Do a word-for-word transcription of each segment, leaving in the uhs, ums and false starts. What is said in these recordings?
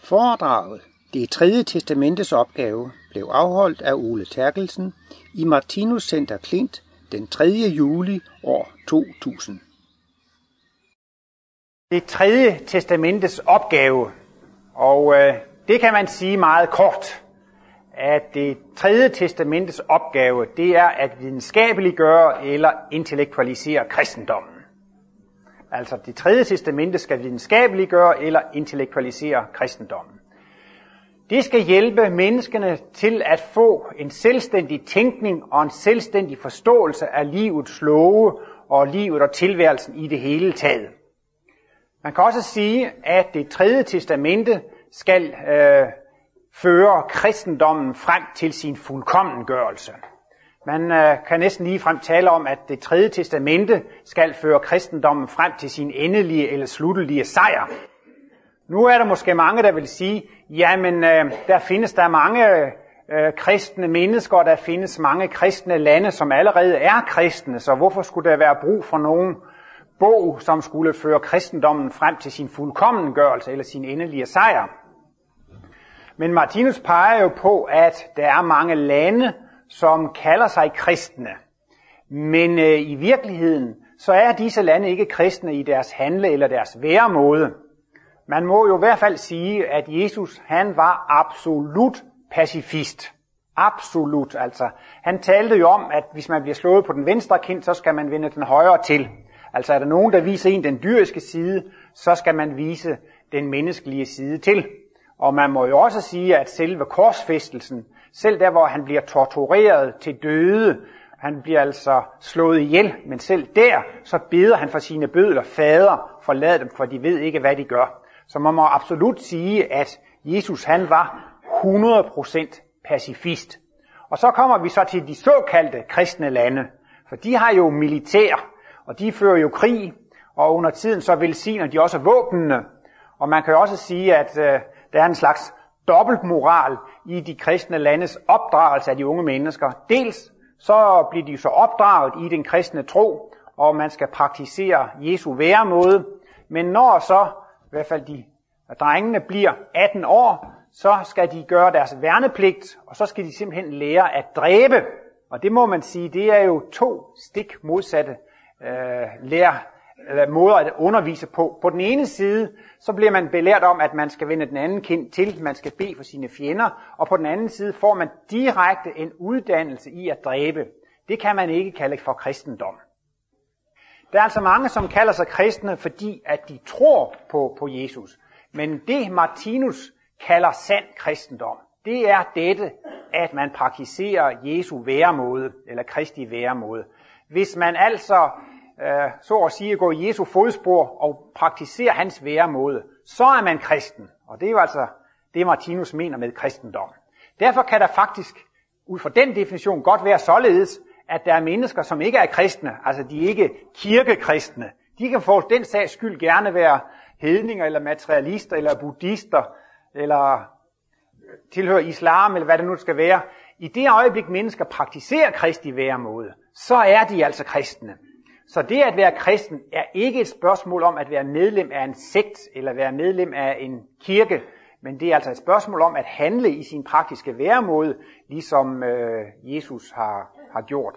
Foredraget Det tredje testamentes opgave blev afholdt af Ole Terkelsen i Martinus Center Klint den tredje juli år to tusind. Det tredje testamentes opgave, og øh, det kan man sige meget kort, at det tredje testamentes opgave, det er at videnskabeliggøre eller intellektualisere kristendommen. Altså det tredje testamente skal videnskabeliggøre eller intellektualisere kristendommen. Det skal hjælpe menneskene til at få en selvstændig tænkning og en selvstændig forståelse af livets love og livet og tilværelsen i det hele taget. Man kan også sige, at det tredje testamente skal øh, føre kristendommen frem til sin fuldkommengørelse. Man øh, kan næsten ligefrem tale om, at det tredje testamente skal føre kristendommen frem til sin endelige eller sluttelige sejr. Nu er der måske mange, der vil sige, jamen øh, der findes der mange øh, kristne mennesker, og der findes mange kristne lande, som allerede er kristne, så hvorfor skulle der være brug for nogen bog, som skulle føre kristendommen frem til sin fuldkommengørelse eller sin endelige sejr? Men Martinus peger jo på, at der er mange lande, som kalder sig kristne. Men øh, i virkeligheden, så er disse lande ikke kristne i deres handle eller deres væremåde. Man må jo i hvert fald sige, at Jesus, han var absolut pacifist. Absolut, altså. Han talte jo om, at hvis man bliver slået på den venstre kind, så skal man vende den højre til. Altså er der nogen, der viser en den dyriske side, så skal man vise den menneskelige side til. Og man må jo også sige, at selve korsfæstelsen, selv der hvor han bliver tortureret til døde, han bliver altså slået ihjel, men selv der, så beder han for sine bødler, fader, forlad dem, for de ved ikke, hvad de gør. Så man må absolut sige, at Jesus han var hundrede procent pacifist. Og så kommer vi så til de såkaldte kristne lande, for de har jo militær, og de fører jo krig, og under tiden så velsigner de også våbnene. Og man kan jo også sige, at øh, der er en slags dobbeltmoral i de kristne landes opdragelse af de unge mennesker. Dels så bliver de så opdraget i den kristne tro, og man skal praktisere Jesu væremåde. Men når så, i hvert fald de drengene bliver atten år, så skal de gøre deres værnepligt, og så skal de simpelthen lære at dræbe. Og det må man sige, det er jo to stik modsatte øh, lære, eller måder at undervise på. På den ene side, så bliver man belært om, at man skal vende den anden kind til, man skal bede for sine fjender, og på den anden side får man direkte en uddannelse i at dræbe. Det kan man ikke kalde for kristendom. Der er altså mange, som kalder sig kristne, fordi at de tror på, på Jesus. Men det Martinus kalder sand kristendom, det er dette, at man praktiserer Jesu væremåde, eller Kristi væremåde. Hvis man altså, øh, så at sige, går i Jesu fodspor og praktiserer hans væremåde, så er man kristen. Og det er jo altså det, Martinus mener med kristendom. Derfor kan der faktisk, ud fra den definition, godt være således, at der er mennesker, som ikke er kristne, altså de er ikke kirkekristne. De kan for den sags skyld gerne være hedninger, eller materialister, eller buddhister, eller tilhøre islam, eller hvad det nu skal være. I det øjeblik, mennesker praktiserer Kristi væremåde, så er de altså kristne. Så det at være kristen er ikke et spørgsmål om at være medlem af en sekt, eller være medlem af en kirke, men det er altså et spørgsmål om at handle i sin praktiske væremåde, ligesom øh, Jesus har, har gjort.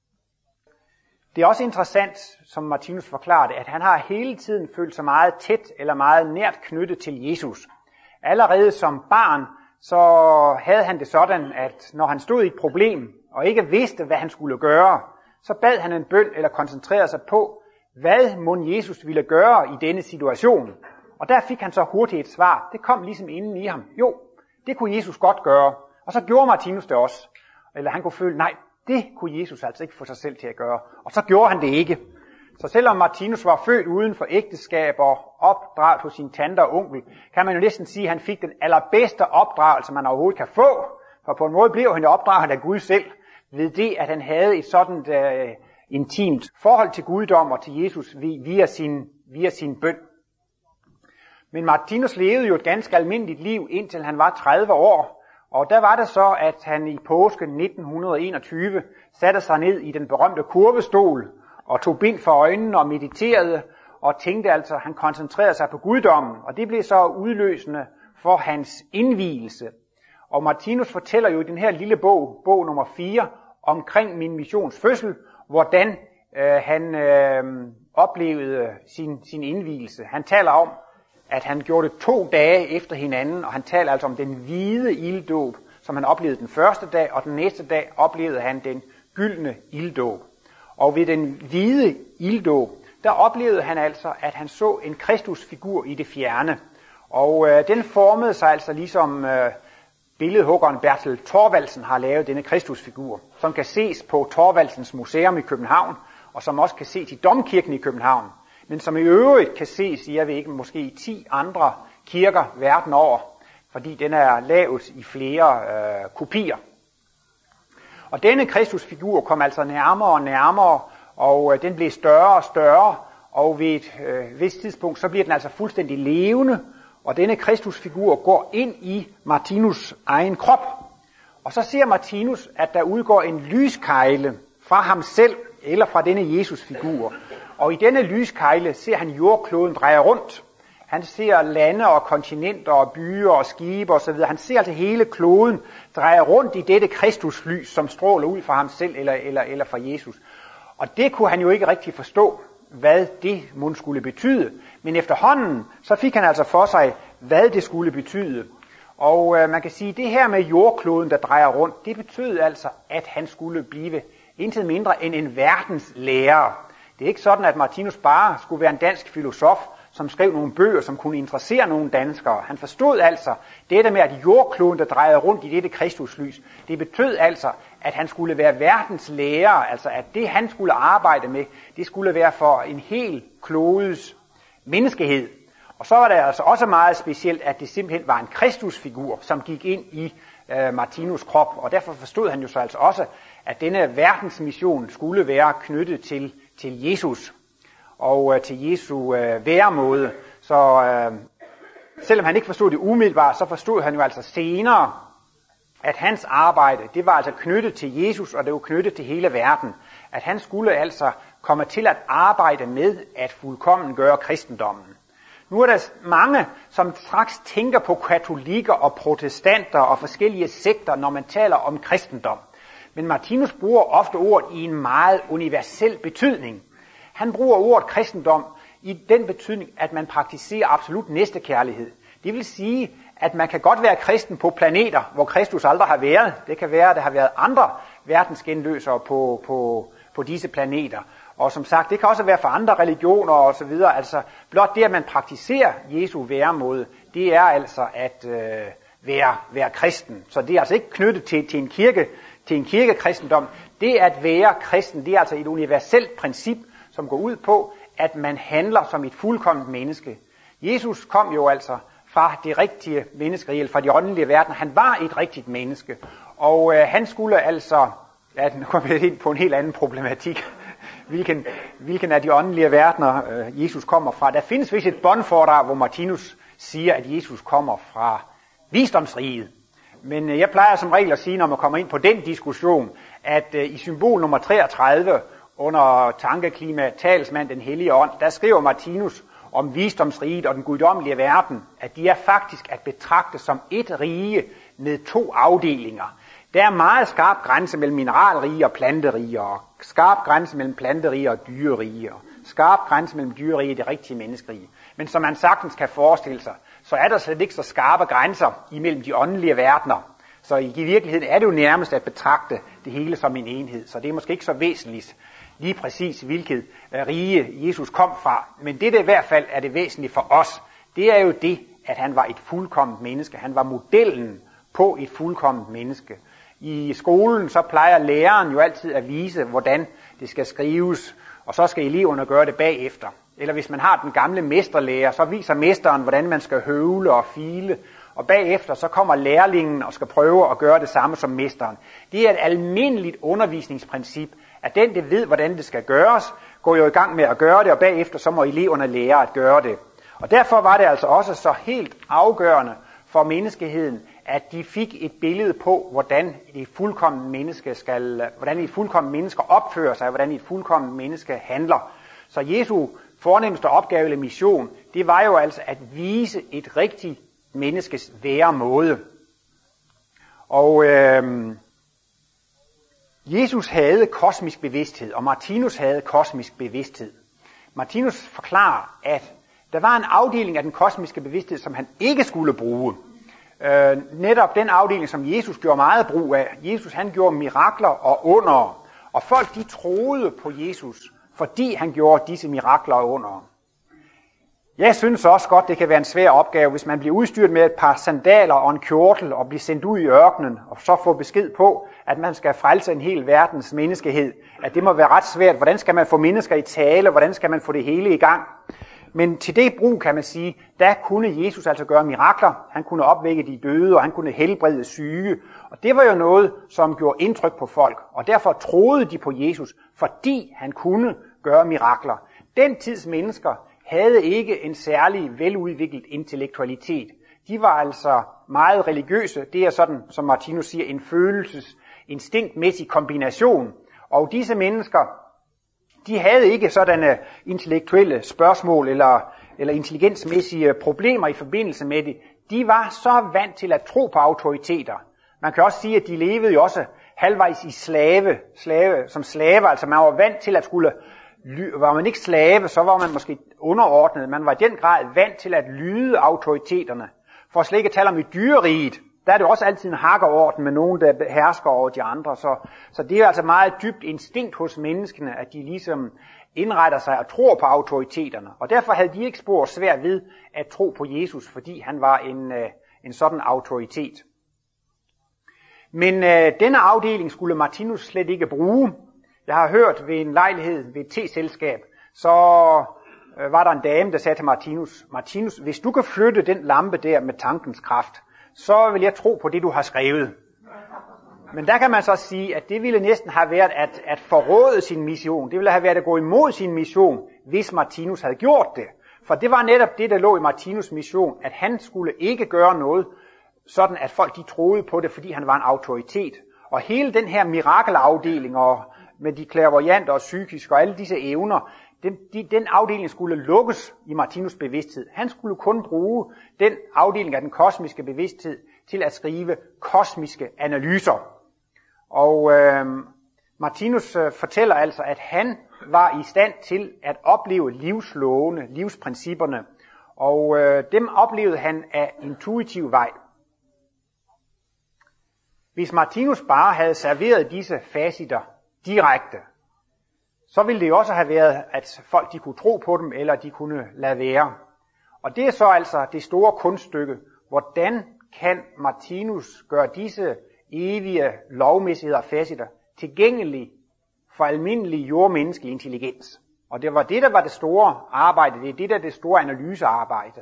Det er også interessant, som Martinus forklarede, at han har hele tiden følt sig meget tæt eller meget nært knyttet til Jesus. Allerede som barn, så havde han det sådan, at når han stod i et problem og ikke vidste, hvad han skulle gøre, så bad han en bøn eller koncentrerede sig på, hvad mon Jesus ville gøre i denne situation. Og der fik han så hurtigt et svar. Det kom ligesom inden i ham. Jo, det kunne Jesus godt gøre. Og så gjorde Martinus det også. Eller han kunne føle, nej, det kunne Jesus altså ikke få sig selv til at gøre. Og så gjorde han det ikke. Så selvom Martinus var født uden for ægteskab og opdraget hos sin tante og onkel, kan man jo næsten sige, at han fik den allerbedste opdragelse, man overhovedet kan få. For på en måde blev han opdraget af Gud selv, ved det, at han havde et sådan uh, intimt forhold til guddom og til Jesus via sin, via sin bøn. Men Martinus levede jo et ganske almindeligt liv, indtil han var tredive år. Og der var det så, at han i påske nitten enogtyve satte sig ned i den berømte kurvestol og tog bind for øjnene og mediterede og tænkte altså, han koncentrerede sig på guddommen. Og det blev så udløsende for hans indvielse. Og Martinus fortæller jo i den her lille bog, bog nummer fire, omkring min missions fødsel, hvordan øh, han øh, oplevede sin, sin indvielse. Han taler om, at han gjorde det to dage efter hinanden, og han taler altså om den hvide ilddåb, som han oplevede den første dag, og den næste dag oplevede han den gyldne ilddåb. Og ved den hvide ilddåb, der oplevede han altså, at han så en Kristusfigur i det fjerne. Og øh, den formede sig altså ligesom øh, billedhuggeren Bertel Thorvaldsen har lavet denne Kristusfigur, som kan ses på Thorvaldsens Museum i København, og som også kan ses i Domkirken i København, men som i øvrigt kan ses i, jeg ved ikke, måske i ti andre kirker verden over, fordi den er lavet i flere øh, kopier. Og denne Kristusfigur kom altså nærmere og nærmere, og øh, den blev større og større, og ved et øh, vist tidspunkt, så bliver den altså fuldstændig levende, og denne Kristusfigur går ind i Martinus' egen krop. Og så ser Martinus, at der udgår en lyskejle fra ham selv, eller fra denne Jesusfigur. Og i denne lyskejle ser han jordkloden dreje rundt. Han ser lande og kontinenter og byer og skibe osv. Han ser altså hele kloden dreje rundt i dette Kristuslys, som stråler ud fra ham selv eller, eller, eller fra Jesus. Og det kunne han jo ikke rigtig forstå, hvad det mon skulle betyde. Men efterhånden, så fik han altså for sig, hvad det skulle betyde. Og øh, man kan sige, at det her med jordkloden, der drejer rundt, det betød altså, at han skulle blive intet mindre end en verdenslærer. Det er ikke sådan, at Martinus bare skulle være en dansk filosof, som skrev nogle bøger, som kunne interessere nogle danskere. Han forstod altså dette med, at jordkloden, der drejede rundt i dette Kristuslys, det betød altså, at han skulle være verdens lærer, altså at det, han skulle arbejde med, det skulle være for en hel klodes menneskehed. Og så var det altså også meget specielt, at det simpelthen var en Kristusfigur, som gik ind i øh, Martinus' krop, og derfor forstod han jo så altså også, at denne verdensmission skulle være knyttet til, til Jesus og øh, til Jesu øh, væremåde. Så øh, selvom han ikke forstod det umiddelbart, så forstod han jo altså senere, at hans arbejde, det var altså knyttet til Jesus, og det var knyttet til hele verden. At han skulle altså komme til at arbejde med at fuldkommen gøre kristendommen. Nu er der mange, som straks tænker på katolikker og protestanter og forskellige sekter, når man taler om kristendom. Men Martinus bruger ofte ordet i en meget universel betydning. Han bruger ordet kristendom i den betydning, at man praktiserer absolut næstekærlighed. Det vil sige, at man kan godt være kristen på planeter, hvor Kristus aldrig har været. Det kan være, at der har været andre verdensgenløsere på, på, på disse planeter. Og som sagt, det kan også være for andre religioner og så videre. Altså, blot det, at man praktiserer Jesu væremåde, det er altså at øh, være, være kristen. Så det er altså ikke knyttet til, til en kirke, til en kirkekristendom. Det at være kristen, det er altså et universelt princip, som går ud på, at man handler som et fuldkomment menneske. Jesus kom jo altså fra det rigtige menneskerige, eller fra de åndelige verden. Han var et rigtigt menneske, og øh, han skulle altså, ja, nu kommer jeg ind på en helt anden problematik, hvilken, hvilken af de åndelige verdener øh, Jesus kommer fra. Der findes vist et båndforedrag, hvor Martinus siger, at Jesus kommer fra visdomsriget. Men øh, jeg plejer som regel at sige, når man kommer ind på den diskussion, at øh, i symbol nummer treogtredive, under tankeklima talsmand den hellige ånd, der skriver Martinus om visdomsriget og den guddommelige verden, at de er faktisk at betragte som et rige med to afdelinger. Der er meget skarp grænse mellem mineralrige og planterige, og skarp grænse mellem planterige og dyrerige, og skarp grænse mellem dyrerige og det rigtige menneskerige. Men som man sagtens kan forestille sig, så er der slet ikke så skarpe grænser imellem de åndelige verdener. Så i virkeligheden er det jo nærmest at betragte det hele som en enhed, så det er måske ikke så væsentligt lige præcis hvilket rige Jesus kom fra. Men det der i hvert fald er det væsentlige for os, det er jo det, at han var et fuldkomment menneske. Han var modellen på et fuldkomment menneske. I skolen så plejer læreren jo altid at vise, hvordan det skal skrives, og så skal eleverne gøre det bagefter. Eller hvis man har den gamle mesterlærer, så viser mesteren, hvordan man skal høvle og file, og bagefter så kommer lærlingen og skal prøve at gøre det samme som mesteren. Det er et almindeligt undervisningsprincip, at den, der ved, hvordan det skal gøres, går jo i gang med at gøre det, og bagefter så må eleverne lære at gøre det. Og derfor var det altså også så helt afgørende for menneskeheden, at de fik et billede på, hvordan et fuldkommen menneske skal, hvordan et fuldkommen menneske opfører sig, hvordan et fuldkommen menneske handler. Så Jesu fornemmeste opgave eller mission, det var jo altså at vise et rigtigt menneskes væremåde. Og øh, Jesus havde kosmisk bevidsthed, og Martinus havde kosmisk bevidsthed. Martinus forklarer, at der var en afdeling af den kosmiske bevidsthed, som han ikke skulle bruge. Øh, netop den afdeling, som Jesus gjorde meget brug af. Jesus, han gjorde mirakler og under, og folk de troede på Jesus, fordi han gjorde disse mirakler og under. Jeg synes også godt, det kan være en svær opgave, hvis man bliver udstyret med et par sandaler og en kjortel og bliver sendt ud i ørkenen, og så får besked på, at man skal frelse en hel verdens menneskehed. At det må være ret svært. Hvordan skal man få mennesker i tale? Hvordan skal man få det hele i gang? Men til det brug, kan man sige, der kunne Jesus altså gøre mirakler. Han kunne opvække de døde, og han kunne helbrede syge. Og det var jo noget, som gjorde indtryk på folk. Og derfor troede de på Jesus, fordi han kunne gøre mirakler. Den tids mennesker havde ikke en særlig veludviklet intellektualitet. De var altså meget religiøse. Det er sådan, som Martinus siger, en følelses, instinktmæssig kombination. Og disse mennesker, de havde ikke sådanne intellektuelle spørgsmål eller, eller intelligensmæssige problemer i forbindelse med det. De var så vant til at tro på autoriteter. Man kan også sige, at de levede jo også halvvejs i slave, slave som slave. Altså man var vant til at skulle... Var man ikke slave, så var man måske underordnet. Man var i den grad vant til at lyde autoriteterne. For at slet ikke tale om i dyreriget, der er det også altid en hakkerorden med nogen, der hersker over de andre. Så, så det er altså meget dybt instinkt hos menneskene, at de ligesom indretter sig og tror på autoriteterne. Og derfor havde de ikke spor svært ved at tro på Jesus, fordi han var en, en sådan autoritet. Men øh, denne afdeling skulle Martinus slet ikke bruge. Jeg har hørt ved en lejlighed ved et te-selskab, så øh, var der en dame, der sagde til Martinus, Martinus, hvis du kan flytte den lampe der med tankens kraft, så vil jeg tro på det, du har skrevet. Men der kan man så sige, at det ville næsten have været at, at forråde sin mission. Det ville have været at gå imod sin mission, hvis Martinus havde gjort det. For det var netop det, der lå i Martinus' mission, at han skulle ikke gøre noget, sådan at folk de troede på det, fordi han var en autoritet. Og hele den her mirakelafdeling og med de clairvoyanter og psykiske og alle disse evner, den, de, den afdeling skulle lukkes i Martinus' bevidsthed. Han skulle kun bruge den afdeling af den kosmiske bevidsthed til at skrive kosmiske analyser. Og øh, Martinus øh, fortæller altså, at han var i stand til at opleve livslovene, livsprincipperne, og øh, dem oplevede han af intuitiv vej. Hvis Martinus bare havde serveret disse facitter direkte, så ville det jo også have været, at folk de kunne tro på dem, eller de kunne lade være. Og det er så altså det store kunststykke. Hvordan kan Martinus gøre disse evige lovmæssigheder og facitter tilgængelige for almindelig jordmenneskelig intelligens? Og det var det, der var det store arbejde. Det er det, der er det store analysearbejde.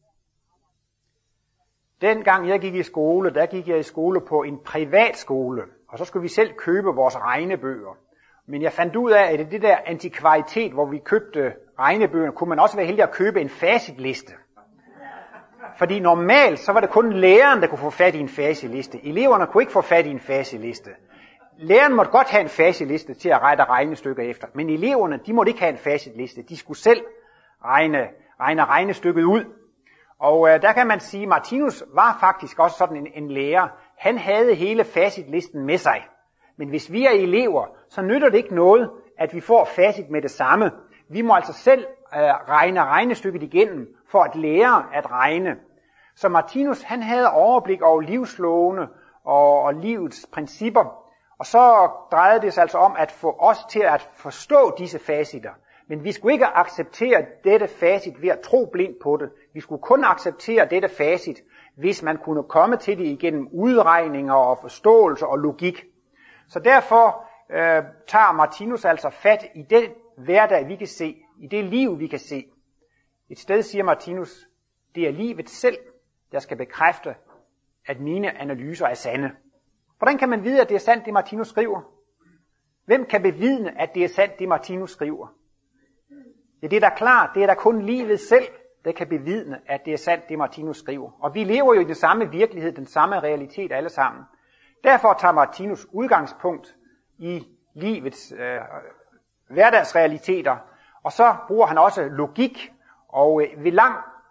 Dengang jeg gik i skole, der gik jeg i skole på en privatskole, og så skulle vi selv købe vores regnebøger. Men jeg fandt ud af, at i det der antikvaritet, hvor vi købte regnebøgerne, kunne man også være heldig at købe en facitliste. Fordi normalt, så var det kun læreren, der kunne få fat i en facitliste. Eleverne kunne ikke få fat i en facitliste. Læreren måtte godt have en facitliste til at rette regnestykker efter, men eleverne, de måtte ikke have en facitliste. De skulle selv regne, regne regnestykket ud. Og øh, der kan man sige, at Martinus var faktisk også sådan en, en lærer. Han havde hele facitlisten med sig. Men hvis vi er elever, så nytter det ikke noget, at vi får facit med det samme. Vi må altså selv øh, regne regnestykket igennem, for at lære at regne. Så Martinus, han havde overblik over livslovene og, og livets principper. Og så drejede det sig altså om at få os til at forstå disse facitter. Men vi skulle ikke acceptere dette facit ved at tro blindt på det. Vi skulle kun acceptere dette facit, hvis man kunne komme til det igennem udregninger og forståelse og logik. Så derfor øh, tager Martinus altså fat i den hverdag, vi kan se, i det liv, vi kan se. Et sted siger Martinus, det er livet selv, der skal bekræfte, at mine analyser er sande. Hvordan kan man vide, at det er sandt, det Martinus skriver? Hvem kan bevidne, at det er sandt, det Martinus skriver? Ja, det er da klart, det er da kun livet selv, der kan bevidne, at det er sandt, det Martinus skriver. Og vi lever jo i den samme virkelighed, den samme realitet alle sammen. Derfor tager Martinus udgangspunkt i livets øh, hverdagsrealiteter, og så bruger han også logik, og øh, ved lang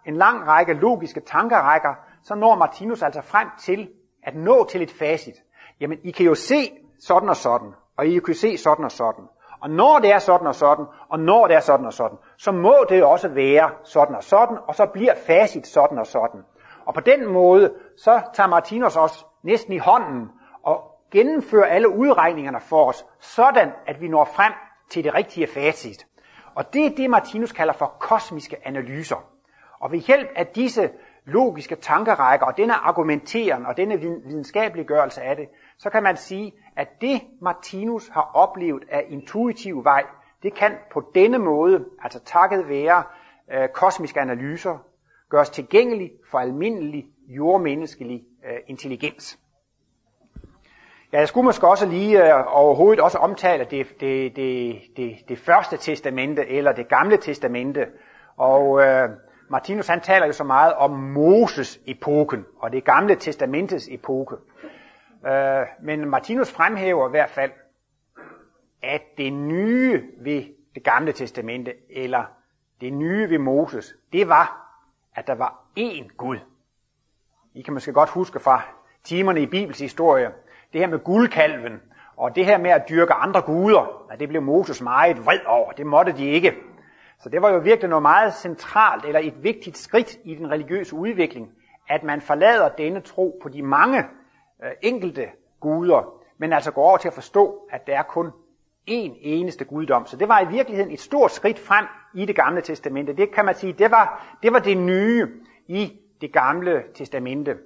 en lang række logiske tankerækker, så når Martinus altså frem til at nå til et facit. Jamen, I kan jo se sådan og sådan, og I kan se sådan og sådan. Og når det er sådan og sådan, og når det er sådan og sådan, så må det jo også være sådan og sådan, og så bliver facit sådan og sådan. Og på den måde, så tager Martinus os næsten i hånden og gennemfører alle udregningerne for os, sådan at vi når frem til det rigtige facit. Og det er det, Martinus kalder for kosmiske analyser. Og ved hjælp af disse logiske tankerækker, og denne argumenteren og denne videnskabeliggørelse af det, så kan man sige, at det Martinus har oplevet af intuitiv vej, det kan på denne måde, altså takket være øh, kosmiske analyser, gøres tilgængeligt for almindelig jordmenneskelig øh, intelligens. Ja, jeg skulle måske også lige øh, overhovedet også omtale det, det, det, det, det første testamente, eller det gamle testamente, og øh, Martinus han taler jo så meget om Moses epoken, og det gamle testamentets epoke. Øh, men Martinus fremhæver i hvert fald, at det nye ved det gamle testamente, eller det nye ved Moses, det var, at der var én Gud. I kan måske godt huske fra timerne i Bibels historie, det her med guldkalven, og det her med at dyrke andre guder, det blev Moses meget vred over, det måtte de ikke. Så det var jo virkelig noget meget centralt, eller et vigtigt skridt i den religiøse udvikling, at man forlader denne tro på de mange øh, enkelte guder, men altså går over til at forstå, at der er kun én eneste guddom. Så det var i virkeligheden et stort skridt frem i det gamle testamente. Det kan man sige, det var det, var det nye i det gamle testamente.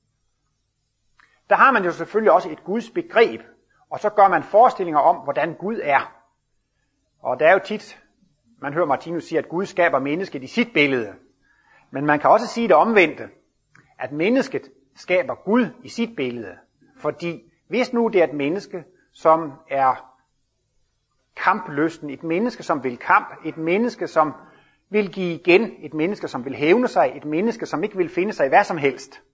Der har man jo selvfølgelig også et Guds begreb, og så gør man forestillinger om, hvordan Gud er. Og der er jo tit, man hører Martinus sige, at Gud skaber mennesket i sit billede. Men man kan også sige det omvendte, at mennesket skaber Gud i sit billede. Fordi hvis nu det er et menneske, som er kamplysten, et menneske, som vil kamp, et menneske, som vil give igen, et menneske, som vil hævne sig, et menneske, som ikke vil finde sig i hvad som helst,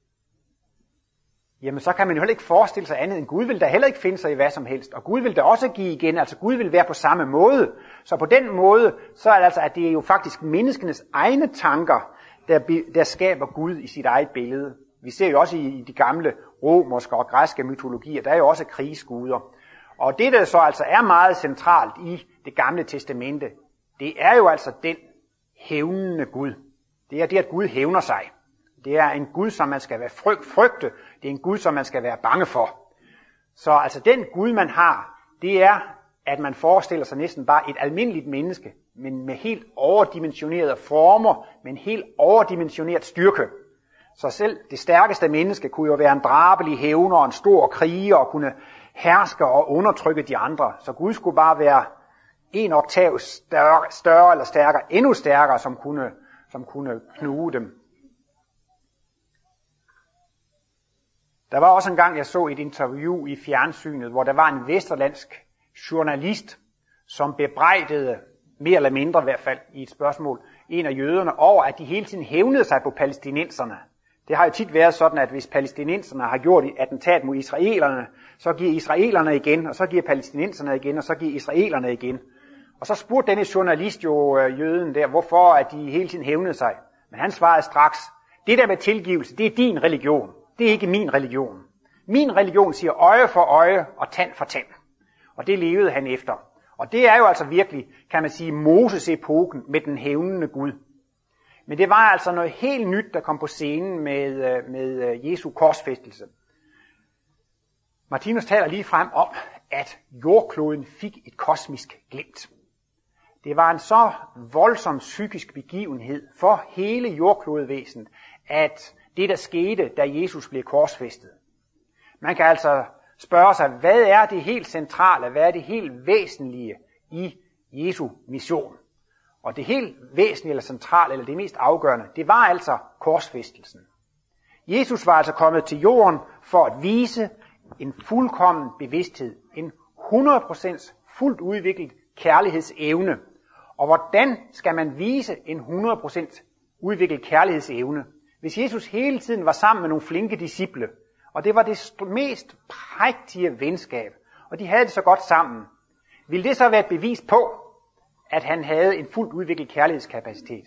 jamen så kan man jo heller ikke forestille sig andet, end Gud vil da heller ikke finde sig i hvad som helst. Og Gud vil da også give igen, altså Gud vil være på samme måde. Så på den måde, så er det altså, at det er jo faktisk menneskenes egne tanker, der, der skaber Gud i sit eget billede. Vi ser jo også i de gamle romerske og græske mytologier, der er jo også krigsguder. Og det, der så altså er meget centralt i det gamle testamente, det er jo altså den hævnende Gud. Det er det, at Gud hævner sig. Det er en Gud, som man skal være fryg, frygte. Det er en Gud, som man skal være bange for. Så altså den Gud, man har, det er, at man forestiller sig næsten bare et almindeligt menneske, men med helt overdimensionerede former, med en helt overdimensioneret styrke. Så selv det stærkeste menneske kunne jo være en drabelig hævner og en stor kriger og kunne herske og undertrykke de andre. Så Gud skulle bare være en oktav større, større eller stærkere, endnu stærkere, som kunne, som kunne knuge dem. Der var også en gang, jeg så et interview i fjernsynet, hvor der var en vesterlandsk journalist, som bebrejdede, mere eller mindre i hvert fald i et spørgsmål, en af jøderne over, at de hele tiden hævnede sig på palæstinenserne. Det har jo tit været sådan, at hvis palæstinenserne har gjort et attentat mod israelerne, så giver israelerne igen, og så giver palæstinenserne igen, og så giver israelerne igen. Og så spurgte denne journalist jo jøden der, hvorfor at de hele tiden hævnede sig. Men han svarede straks, det der med tilgivelse, det er din religion. Det er ikke min religion. Min religion siger øje for øje og tand for tand. Og det levede han efter. Og det er jo altså virkelig, kan man sige, Moses-epoken med den hævnende Gud. Men det var altså noget helt nyt, der kom på scenen med, med Jesu korsfæstelse. Martinus taler lige frem om, at jordkloden fik et kosmisk glimt. Det var en så voldsom psykisk begivenhed for hele jordklodevæsenet, at det der skete, da Jesus blev korsfæstet. Man kan altså spørge sig, hvad er det helt centrale, hvad er det helt væsentlige i Jesu mission? Og det helt væsentlige eller centrale, eller det mest afgørende, det var altså korsfæstelsen. Jesus var altså kommet til jorden for at vise en fuldkommen bevidsthed, en hundrede procent fuldt udviklet kærlighedsevne. Og hvordan skal man vise en hundrede procent udviklet kærlighedsevne? Hvis Jesus hele tiden var sammen med nogle flinke disciple, og det var det mest prægtige venskab, og de havde det så godt sammen, ville det så være et bevis på, at han havde en fuldt udviklet kærlighedskapacitet?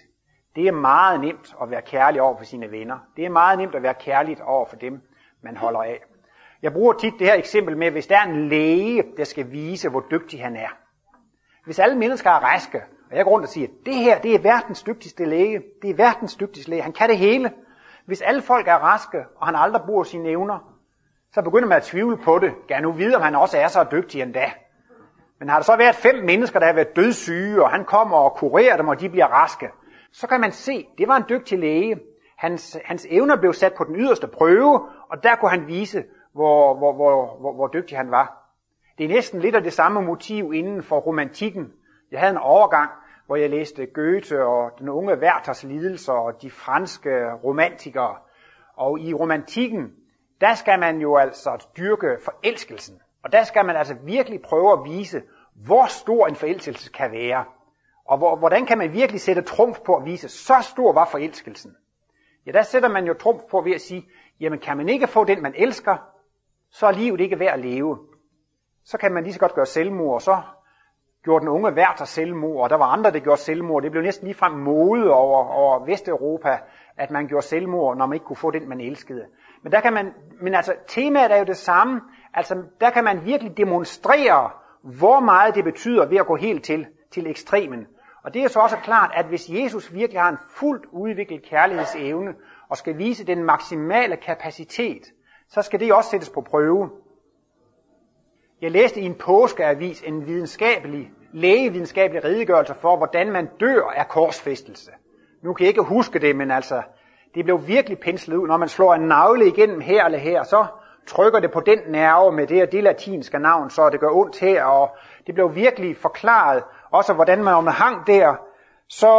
Det er meget nemt at være kærlig over for sine venner. Det er meget nemt at være kærlig over for dem, man holder af. Jeg bruger tit det her eksempel med, hvis der er en læge, der skal vise, hvor dygtig han er. Hvis alle mennesker er raske, og jeg går rundt og siger, det her, det er verdens dygtigste læge, det er verdens dygtigste læge, han kan det hele. Hvis alle folk er raske, og han aldrig bruger sine evner, så begynder man at tvivle på det. Kan jeg nu vide, om han også er så dygtig endda? Men har der så været fem mennesker, der har været dødssyge, og han kommer og kurerer dem, og de bliver raske, så kan man se, det var en dygtig læge. Hans, hans evner blev sat på den yderste prøve, og der kunne han vise, hvor, hvor, hvor, hvor, hvor dygtig han var. Det er næsten lidt af det samme motiv inden for romantikken. Jeg havde en overgang, hvor jeg læste Goethe og den unge Werthers lidelser og de franske romantikere. Og i romantikken, der skal man jo altså dyrke forelskelsen. Og der skal man altså virkelig prøve at vise, hvor stor en forelskelse kan være. Og hvor, hvordan kan man virkelig sætte trumf på at vise, så stor var forelskelsen. Ja, der sætter man jo trumf på ved at sige, jamen kan man ikke få den, man elsker, så er livet ikke værd at leve. Så kan man lige så godt gøre selvmord, og så gjorde den unge Werther selvmord, og der var andre, der gjorde selvmord. Det blev næsten ligefrem mode over, over Vesteuropa, at man gjorde selvmord, når man ikke kunne få den, man elskede. Men der kan man, men altså, temaet er jo det samme. Altså, der kan man virkelig demonstrere, hvor meget det betyder ved at gå helt til, til ekstremen. Og det er så også klart, at hvis Jesus virkelig har en fuldt udviklet kærlighedsevne, og skal vise den maksimale kapacitet, så skal det også sættes på prøve. Jeg læste i en påskeavis en videnskabelig, lægevidenskabelig redegørelse for, hvordan man dør af korsfæstelse. Nu kan jeg ikke huske det, men altså, det blev virkelig penslet ud. Når man slår en nagle igennem her eller her, så trykker det på den nerve med det og det latinske navn, så det gør ondt her. Og det blev virkelig forklaret, også hvordan man, om man hang der, så,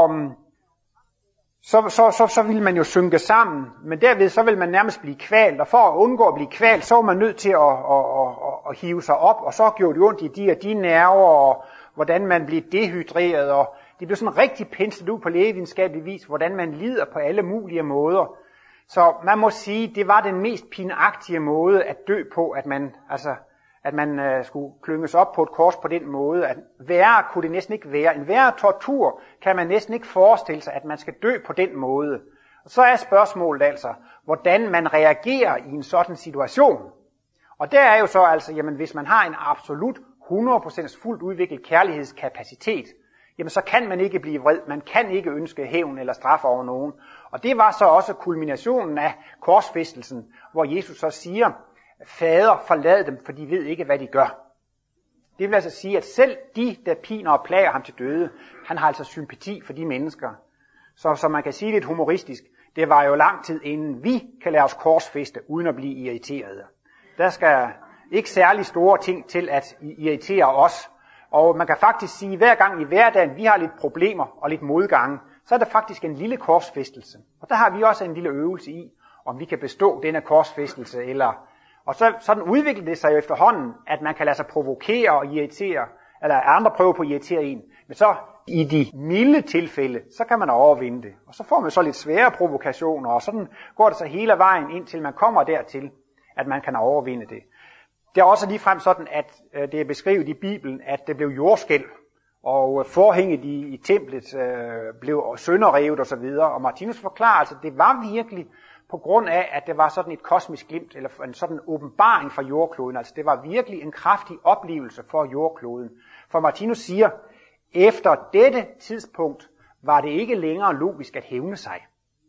så, så, så, så ville man jo synke sammen. Men derved så vil man nærmest blive kvalt, og for at undgå at blive kvalt, så var man nødt til at, at, at, at, at hive sig op, og så gjorde det ondt i de og de nerver, og hvordan man blev dehydreret, og det blev sådan rigtig penslet ud på lægevidenskabelig vis, hvordan man lider på alle mulige måder. Så man må sige, det var den mest pinagtige måde at dø på, at man, altså, at man uh, skulle klynges op på et kors på den måde. At værre kunne det næsten ikke være. En værre tortur kan man næsten ikke forestille sig, at man skal dø på den måde. Og så er spørgsmålet altså, hvordan man reagerer i en sådan situation. Og der er jo så altså, jamen hvis man har en absolut hundrede procent fuldt udviklet kærlighedskapacitet, jamen så kan man ikke blive vred, man kan ikke ønske hævn eller straf over nogen. Og det var så også kulminationen af korsfæstelsen, hvor Jesus så siger, Fader, forlad dem, for de ved ikke, hvad de gør. Det vil altså sige, at selv de, der piner og plager ham til døde, han har altså sympati for de mennesker. Så som man kan sige lidt humoristisk, det var jo lang tid, inden vi kan lade os korsfæste, uden at blive irriterede. Der skal ikke særlig store ting til at irritere os. Og man kan faktisk sige, at hver gang i hverdagen vi har lidt problemer og lidt modgange, så er der faktisk en lille korsfæstelse. Og der har vi også en lille øvelse i, om vi kan bestå denne korsfæstelse. Eller, og så, sådan udvikler det sig jo efterhånden, at man kan lade sig provokere og irritere, eller andre prøver på at irritere en. Men så i de milde tilfælde, så kan man overvinde det. Og så får man så lidt svære provokationer, og sådan går det så hele vejen, indtil man kommer dertil, at man kan overvinde det. Det er også ligefrem sådan, at det er beskrevet i Bibelen, at det blev jordskælv, og forhænget i, i templet øh, blev sønderrevet osv. Og, og Martinus forklarer altså, at det var virkelig på grund af, at det var sådan et kosmisk glimt, eller en sådan åbenbaring fra jordkloden. Altså det var virkelig en kraftig oplevelse for jordkloden. For Martinus siger, efter dette tidspunkt var det ikke længere logisk at hævne sig.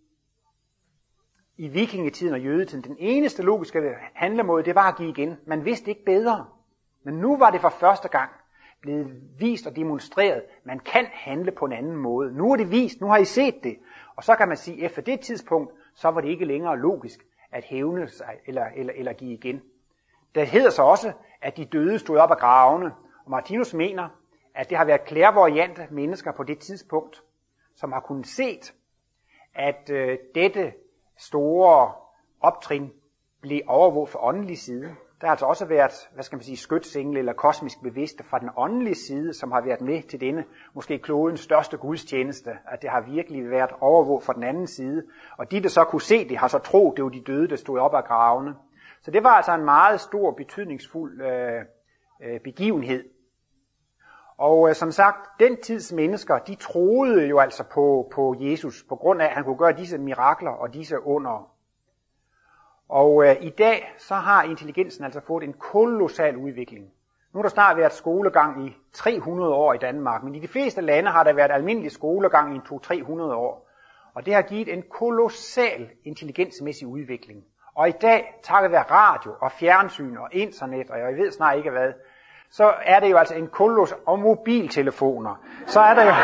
I vikingetiden og jødetiden, den eneste logiske handlemåde, det var at give igen. Man vidste ikke bedre. Men nu var det for første gang blevet vist og demonstreret, man kan handle på en anden måde. Nu er det vist, nu har I set det. Og så kan man sige, at efter det tidspunkt, så var det ikke længere logisk at hævne sig eller, eller, eller give igen. Der hedder så også, at de døde stod op af gravene. Og Martinus mener, at det har været klærvoariante mennesker på det tidspunkt, som har kunnet set, at øh, dette store optrin blev overvåget fra åndelig side. Der har altså også været, hvad skal man sige, skytsengle eller kosmisk bevidste fra den åndelige side, som har været med til denne, måske klodens største gudstjeneste, at det har virkelig været overvåget fra den anden side. Og de, der så kunne se det, har så troet, det var de døde, der stod op af gravene. Så det var altså en meget stor, betydningsfuld øh, øh, begivenhed. Og øh, som sagt, den tids mennesker, de troede jo altså på, på Jesus, på grund af, at han kunne gøre disse mirakler og disse under. Og øh, i dag, så har intelligensen altså fået en kolossal udvikling. Nu er der snart været skolegang i tre hundrede år i Danmark, men i de fleste lande har der været almindelig skolegang i to til tre hundrede år. Og det har givet en kolossal intelligensmæssig udvikling. Og i dag, takket være radio og fjernsyn og internet, og jeg ved snart ikke hvad, så er det jo altså en koloss og mobiltelefoner. Så er der jo...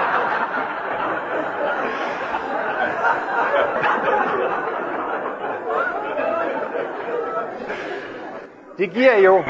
Det giver jo...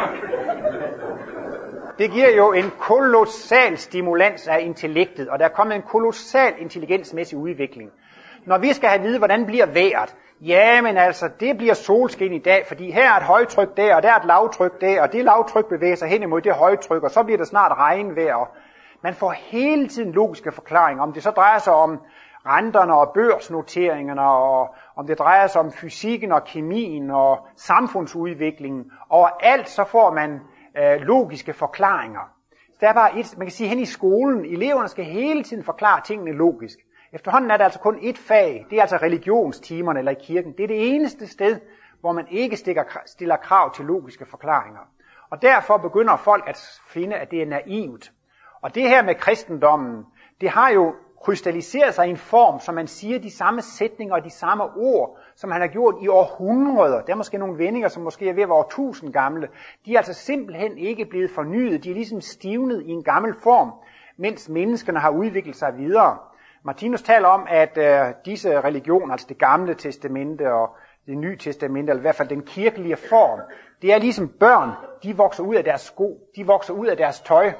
Det giver jo en kolossal stimulans af intellektet, og der er kommet en kolossal intelligensmæssig udvikling. Når vi skal have at vide, hvordan bliver vejret, ja, men altså, det bliver solskin i dag, fordi her er et højtryk der, og der er et lavtryk der, og det lavtryk bevæger sig hen imod det højtryk, og så bliver det snart regnvejr. Man får hele tiden logiske forklaringer, om det så drejer sig om renterne og børsnoteringerne, og om det drejer sig om fysikken og kemien og samfundsudviklingen. Overalt så får man øh, logiske forklaringer. Så der er bare et, man kan sige, hen i skolen, eleverne skal hele tiden forklare tingene logisk. Efterhånden er der altså kun ét fag, det er altså religionstimerne eller i kirken. Det er det eneste sted, hvor man ikke stikker, stiller krav til logiske forklaringer. Og derfor begynder folk at finde, at det er naivt. Og det her med kristendommen, det har jo krystalliseret sig i en form, så man siger de samme sætninger og de samme ord, som han har gjort i århundreder. Der er måske nogle vendinger, som måske er ved at være tusind gamle. De er altså simpelthen ikke blevet fornyet. De er ligesom stivnet i en gammel form, mens menneskene har udviklet sig videre. Martinus taler om, at øh, disse religioner, altså det gamle testamente og det nye testamente, eller i hvert fald den kirkelige form, det er ligesom børn, de vokser ud af deres sko, de vokser ud af deres tøj.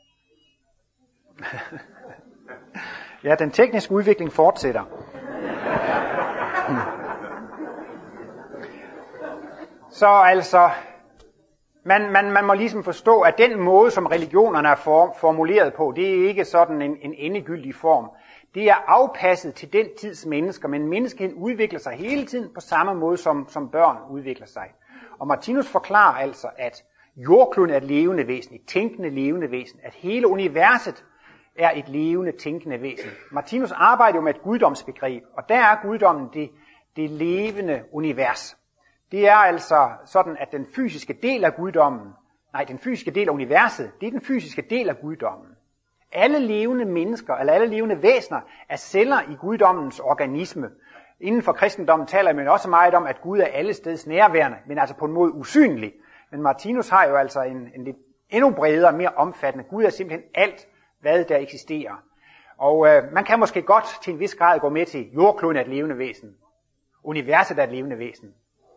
Ja, den tekniske udvikling fortsætter. Så altså, man, man, man må ligesom forstå, at den måde, som religionerne er form, formuleret på, det er ikke sådan en, en endegyldig form. Det er afpasset til den tids mennesker, men menneskeheden udvikler sig hele tiden på samme måde, som, som børn udvikler sig. Og Martinus forklarer altså, at jordkloden er et levende væsen, et tænkende levende væsen, at hele universet er et levende, tænkende væsen. Martinus arbejder jo med et guddomsbegreb, og der er guddommen det, det levende univers. Det er altså sådan, at den fysiske del af guddommen, nej, den fysiske del af universet, det er den fysiske del af guddommen. Alle levende mennesker, eller alle levende væsener, er celler i guddommens organisme. Inden for kristendommen taler man også meget om, at Gud er alle steds nærværende, men altså på en måde usynlig. Men Martinus har jo altså en, en lidt endnu bredere, mere omfattende. Gud er simpelthen alt, hvad der eksisterer. Og øh, man kan måske godt til en vis grad gå med til, jordkloden er et levende væsen. Universet er et levende væsen.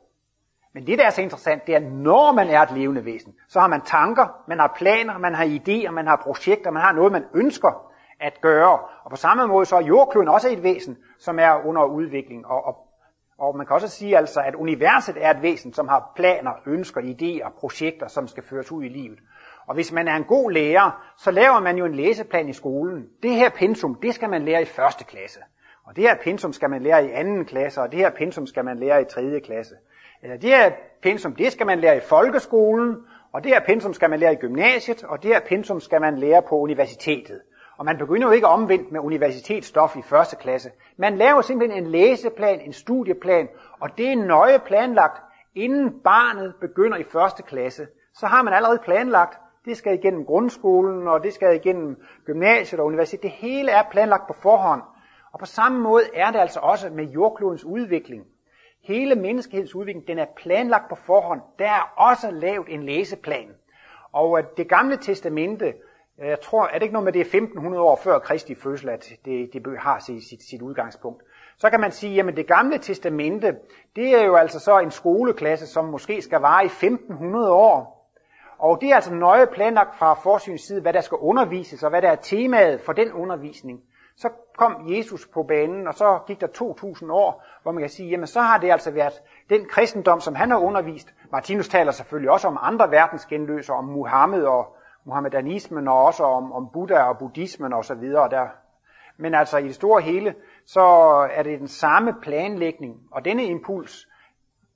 Men det, der er så interessant, det er, når man er et levende væsen, så har man tanker, man har planer, man har idéer, man har projekter, man har noget, man ønsker at gøre. Og på samme måde så er jordkloden også et væsen, som er under udvikling. Og, og, og man kan også sige altså, at universet er et væsen, som har planer, ønsker, idéer, projekter, som skal føres ud i livet. Og hvis man er en god lærer, så laver man jo en læseplan i skolen. Det her pensum, det skal man lære i første klasse. Og det her pensum skal man lære i anden klasse, og det her pensum skal man lære i tredje klasse. Eller det her pensum, det skal man lære i folkeskolen, og det her pensum skal man lære i gymnasiet, og det her pensum skal man lære på universitetet. Og man begynder jo ikke omvendt med universitetsstof i første klasse. Man laver simpelthen en læseplan, en studieplan, og det er nøje planlagt, inden barnet begynder i første klasse. Så har man allerede planlagt, det skal igennem grundskolen, og det skal igennem gymnasiet og universitetet. Det hele er planlagt på forhånd. Og på samme måde er det altså også med jordklodens udvikling. Hele menneskehedens udvikling, den er planlagt på forhånd. Der er også lavet en læseplan. Og det gamle testamente, jeg tror, er det ikke noget med, det er femten hundrede år før Kristi fødsel, at det, det har sit, sit udgangspunkt. Så kan man sige, jamen det gamle testamente, det er jo altså så en skoleklasse, som måske skal vare i femten hundrede år. Og det er altså nøje planlagt fra forsynets side, hvad der skal undervises, og hvad der er temaet for den undervisning. Så kom Jesus på banen, og så gik der to tusind år, hvor man kan sige, jamen så har det altså været den kristendom, som han har undervist. Martinus taler selvfølgelig også om andre verdensgenløser, om Muhammed og muhammedanismen, og også om, om Buddha og buddhismen og så videre der. Men altså i det store hele, så er det den samme planlægning, og denne impuls,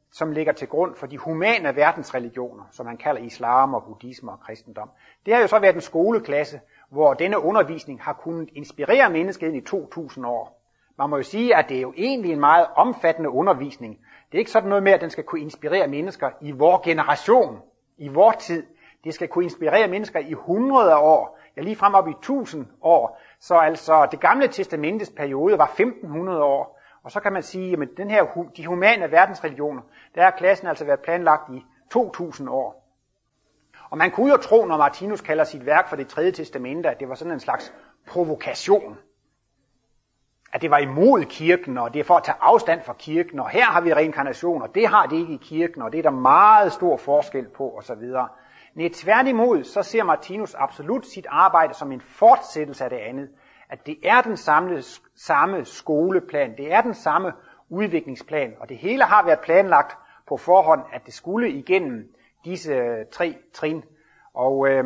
som ligger til grund for de humane verdensreligioner, som man kalder islam og buddhisme og kristendom. Det har jo så været en skoleklasse, hvor denne undervisning har kunnet inspirere menneskeheden i to tusind år. Man må jo sige, at det er jo egentlig en meget omfattende undervisning. Det er ikke sådan noget med, at den skal kunne inspirere mennesker i vor generation, i vor tid. Det skal kunne inspirere mennesker i hundrede år, ja lige frem op i tusind år. Så altså det gamle testamentes periode var femten hundrede år. Og så kan man sige, at den her, de humane verdensreligioner, der har klassen altså været planlagt i to tusind år. Og man kunne jo tro, når Martinus kalder sit værk for det tredje testamente, at det var sådan en slags provokation. At det var imod kirken, og det er for at tage afstand fra kirken, og her har vi reinkarnation, og det har det ikke i kirken, og det er der meget stor forskel på, osv. Nej, tværtimod, så ser Martinus absolut sit arbejde som en fortsættelse af det andet. At det er den samme, samme skoleplan, det er den samme udviklingsplan, og det hele har været planlagt på forhånd, at det skulle igennem disse tre trin. Og øh,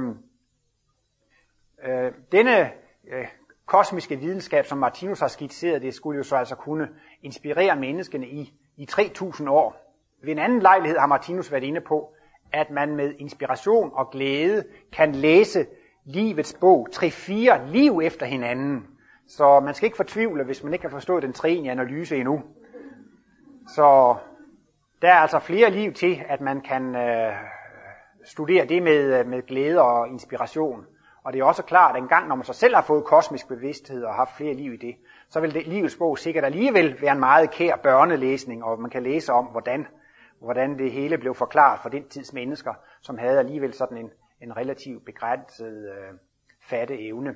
øh, denne øh, kosmiske videnskab, som Martinus har skitseret, det skulle jo så altså kunne inspirere menneskene i, i tre tusind år. Ved en anden lejlighed har Martinus været inde på, at man med inspiration og glæde kan læse livets bog tre-fire liv efter hinanden. Så man skal ikke fortvivle, hvis man ikke har forstået den tredje analyse endnu. Så der er altså flere liv til, at man kan øh, studere det med, med glæde og inspiration. Og det er også klart, at en gang, når man så selv har fået kosmisk bevidsthed og haft flere liv i det, så vil det, livets bog sikkert alligevel være en meget kær børnelæsning, og man kan læse om, hvordan, hvordan det hele blev forklaret for den tids mennesker, som havde alligevel sådan en, en relativt begrænset øh, fatteevne.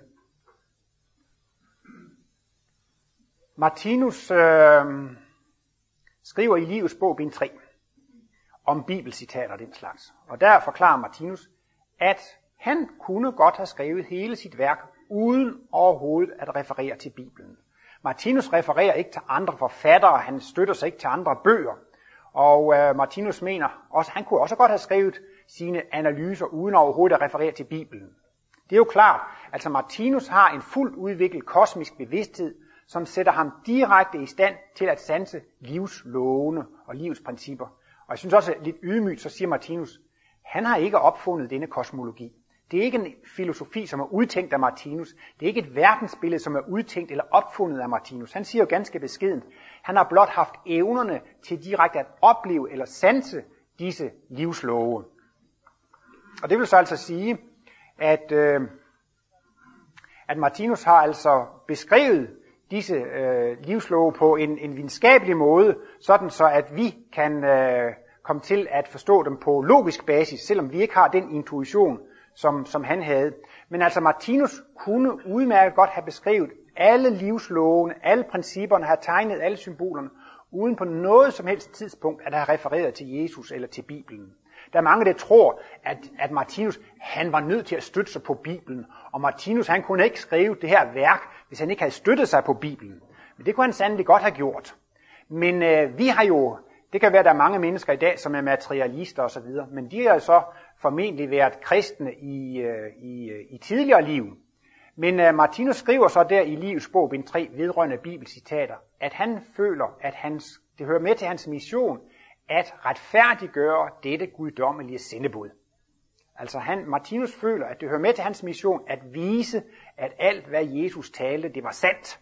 Martinus øh, skriver i Livets bog, bind tre, om bibelcitater og den slags. Og der forklarer Martinus, at han kunne godt have skrevet hele sit værk, uden overhovedet at referere til Bibelen. Martinus refererer ikke til andre forfattere, han støtter sig ikke til andre bøger. Og øh, Martinus mener også, han kunne også godt have skrevet sine analyser, uden overhovedet at referere til Bibelen. Det er jo klart, altså Martinus har en fuldt udviklet kosmisk bevidsthed, som sætter ham direkte i stand til at sanse livslovene og livets principper. Og jeg synes også lidt ydmygt, så siger Martinus, han har ikke opfundet denne kosmologi. Det er ikke en filosofi, som er udtænkt af Martinus. Det er ikke et verdensbillede, som er udtænkt eller opfundet af Martinus. Han siger jo ganske beskedent, han har blot haft evnerne til direkte at opleve eller sanse disse livslove. Og det vil så altså sige, at, øh, at Martinus har altså beskrevet disse øh, livslove på en, en videnskabelig måde, sådan så at vi kan øh, komme til at forstå dem på logisk basis, selvom vi ikke har den intuition, som, som han havde. Men altså Martinus kunne udmærket godt have beskrevet alle livslovene, alle principperne, have tegnet alle symbolerne, uden på noget som helst tidspunkt at have refereret til Jesus eller til Bibelen. Der er mange, der tror, at, at Martinus han var nødt til at støtte sig på Bibelen, og Martinus han kunne ikke skrive det her værk, hvis han ikke havde støttet sig på Bibelen. Men det kunne han sandelig godt have gjort. Men øh, vi har jo, det kan være, at der er mange mennesker i dag, som er materialister osv., men de har så formentlig været kristne i, øh, i, øh, i tidligere liv. Men øh, Martinus skriver så der i Livets bog, bind tre, vedrørende bibelcitater, at han føler, at hans, det hører med til hans mission, at retfærdiggøre dette guddommelige sendebud. Altså han, Martinus føler, at det hører med til hans mission at vise, at alt hvad Jesus talte, det var sandt.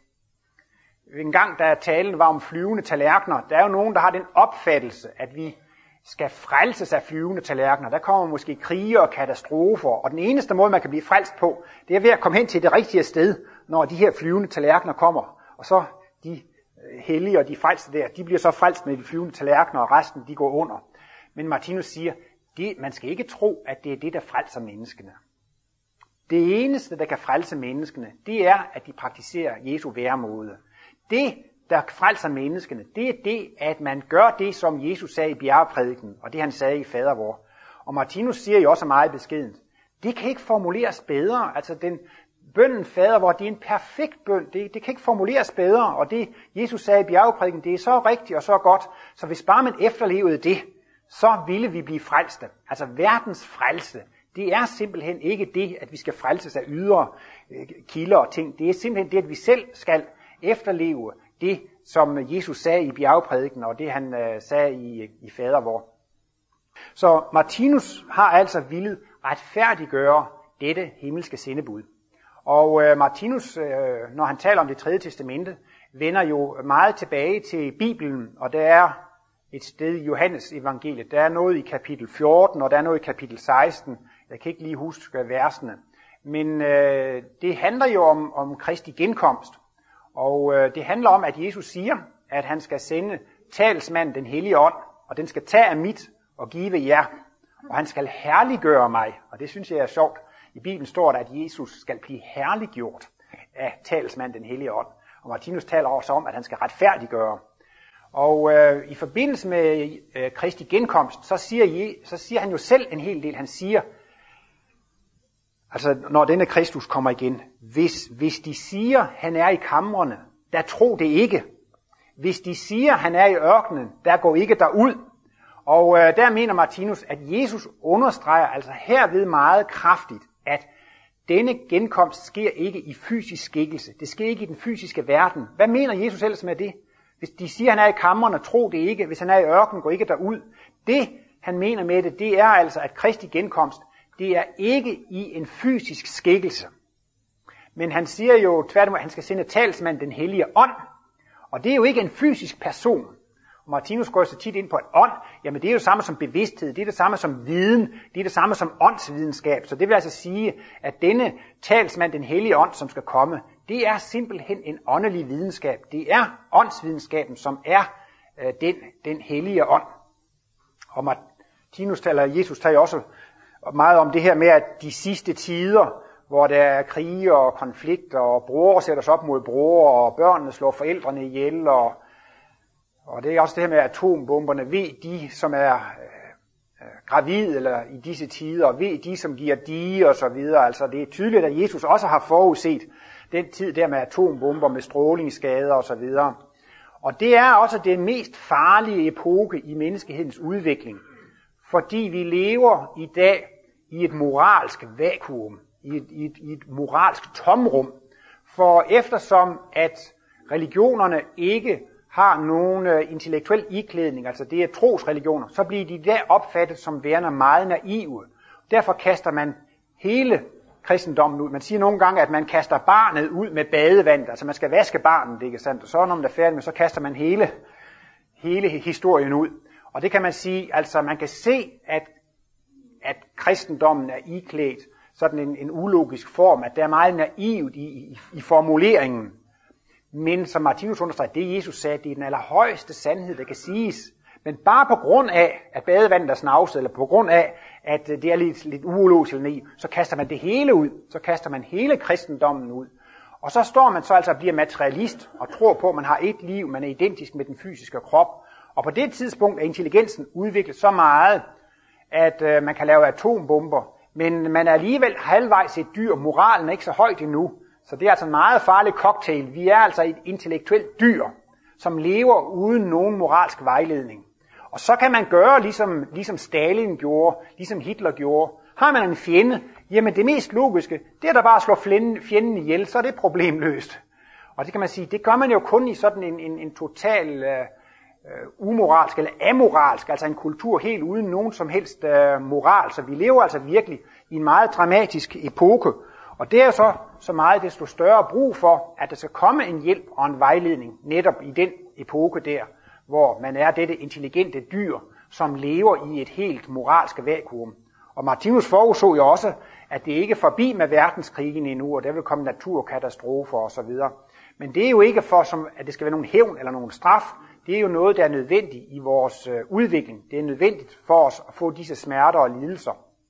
En gang da talen var om flyvende tallerkener, der er jo nogen, der har den opfattelse, at vi skal frelses af flyvende tallerkener. Der kommer måske krige og katastrofer, og den eneste måde, man kan blive frelst på, det er ved at komme hen til det rigtige sted, når de her flyvende tallerkener kommer. Og så de hellige og de frelste der, de bliver så frelst med de flyvende tallerkener, og resten de går under. Men Martinus siger, det, man skal ikke tro, at det er det, der frelser menneskene. Det eneste, der kan frelse menneskene, det er, at de praktiserer Jesu væremåde. Det, der frelser menneskene, det er det, at man gør det, som Jesus sagde i bjergprædiken, og det han sagde i fadervor. Og Martinus siger jo også meget beskedent, det kan ikke formuleres bedre. Altså den bønnen fadervor, det er en perfekt bøn, det, det kan ikke formuleres bedre, og det Jesus sagde i bjergprædiken, det er så rigtigt og så godt, så hvis bare man efterlevede det, så ville vi blive frelste. Altså verdens frelse, det er simpelthen ikke det, at vi skal frelses af ydre øh, kilder og ting. Det er simpelthen det, at vi selv skal efterleve det, som Jesus sagde i bjergprædiken, og det han øh, sagde i, i fadervor. Så Martinus har altså villet retfærdiggøre dette himmelske sendebud. Og øh, Martinus, øh, når han taler om det tredje testamente, vender jo meget tilbage til Bibelen, og der er et sted i Johannes evangeliet. Der er noget i kapitel fjorten, og der er noget i kapitel seksten. Jeg kan ikke lige huske versene. Men øh, det handler jo om, om Kristi genkomst. Og øh, det handler om, at Jesus siger, at han skal sende talsmanden, den hellige ånd, og den skal tage af mit og give jer. Og han skal herliggøre mig, og det synes jeg er sjovt. I Bibelen står der, at Jesus skal blive herliggjort af talsmanden, den hellige ånd. Og Martinus taler også om, at han skal retfærdiggøre. Og øh, i forbindelse med øh, Kristi genkomst, så siger, så siger han jo selv en hel del. Han siger, altså når denne Kristus kommer igen, hvis, hvis de siger, han er i kamrene, der tro det ikke. Hvis de siger, han er i ørkenen, der går ikke derud. Og øh, der mener Martinus, at Jesus understreger altså herved meget kraftigt, at denne genkomst sker ikke i fysisk skikkelse. Det sker ikke i den fysiske verden. Hvad mener Jesus ellers med det? Hvis de siger, han er i kamrene, tro det ikke. Hvis han er i ørkenen, går ikke derud. Det, han mener med det, det er altså, at Kristi genkomst, det er ikke i en fysisk skikkelse. Men han siger jo tværtimod, at han skal sende talsmanden, den hellige ånd. Og det er jo ikke en fysisk person. Og Martinus går så tit ind på, at ånd, jamen det er jo det samme som bevidsthed, det er det samme som viden, det er det samme som åndsvidenskab. Så det vil altså sige, at denne talsmand, den hellige ånd, som skal komme, det er simpelthen en åndelig videnskab. Det er åndsvidenskaben, som er øh, den, den hellige ånd. Og Martinus taler, Jesus taler også meget om det her med, at de sidste tider, hvor der er krige og konflikter, og bror sætter sig op mod bror, og børnene slår forældrene ihjel, og Og det er også det her med atombomberne. Ved de, som er øh, gravide eller i disse tider, ved de, som giver dige og så videre. Altså det er tydeligt, at Jesus også har forudset den tid der med atombomber, med strålingsskader og så videre. Og det er også den mest farlige epoke i menneskehedens udvikling. Fordi vi lever i dag i et moralsk vakuum, i et, i et, i et moralsk tomrum. For eftersom at religionerne ikke har nogen intellektuel iklædning, altså det er trosreligioner, så bliver de der opfattet som værende meget naive. Derfor kaster man hele kristendommen ud. Man siger nogle gange, at man kaster barnet ud med badevand, altså man skal vaske barnet, ikke sandt? Og så når man er færdig med, så kaster man hele, hele historien ud. Og det kan man sige, altså man kan se, at, at kristendommen er iklædt sådan en, en ulogisk form, at det er meget naivt i, i, i formuleringen. Men som Martinus understreger, det Jesus sagde, det er den allerhøjeste sandhed, der kan siges. Men bare på grund af, at badevandet er snavset, eller på grund af, at det er lidt, lidt ulogisk eller naiv, så kaster man det hele ud. Så kaster man hele kristendommen ud. Og så står man så altså og bliver materialist og tror på, at man har et liv, man er identisk med den fysiske krop. Og på det tidspunkt er intelligensen udviklet så meget, at øh, man kan lave atombomber. Men man er alligevel halvvejs et dyr. Moralen er ikke så højt endnu. Så det er altså en meget farlig cocktail. Vi er altså et intellektuelt dyr, som lever uden nogen moralsk vejledning. Og så kan man gøre, ligesom, ligesom Stalin gjorde, ligesom Hitler gjorde. Har man en fjende, jamen det mest logiske, det er da bare at slå fjenden ihjel, så er det problemløst. Og det kan man sige, det gør man jo kun i sådan en, en, en total uh, umoralsk eller amoralsk, altså en kultur helt uden nogen som helst uh, moral. Så vi lever altså virkelig i en meget dramatisk epoke. Og det er så så meget desto større brug for, at der skal komme en hjælp og en vejledning netop i den epoke der, hvor man er dette intelligente dyr, som lever i et helt moralsk vakuum. Og Martinus forudså jo også, at det ikke er forbi med verdenskrigen endnu, og der vil komme naturkatastrofer osv. Men det er jo ikke for, som, at det skal være nogen hævn eller nogen straf. Det er jo noget, der er nødvendigt i vores øh, udvikling. Det er nødvendigt for os at få disse smerter og lidelser.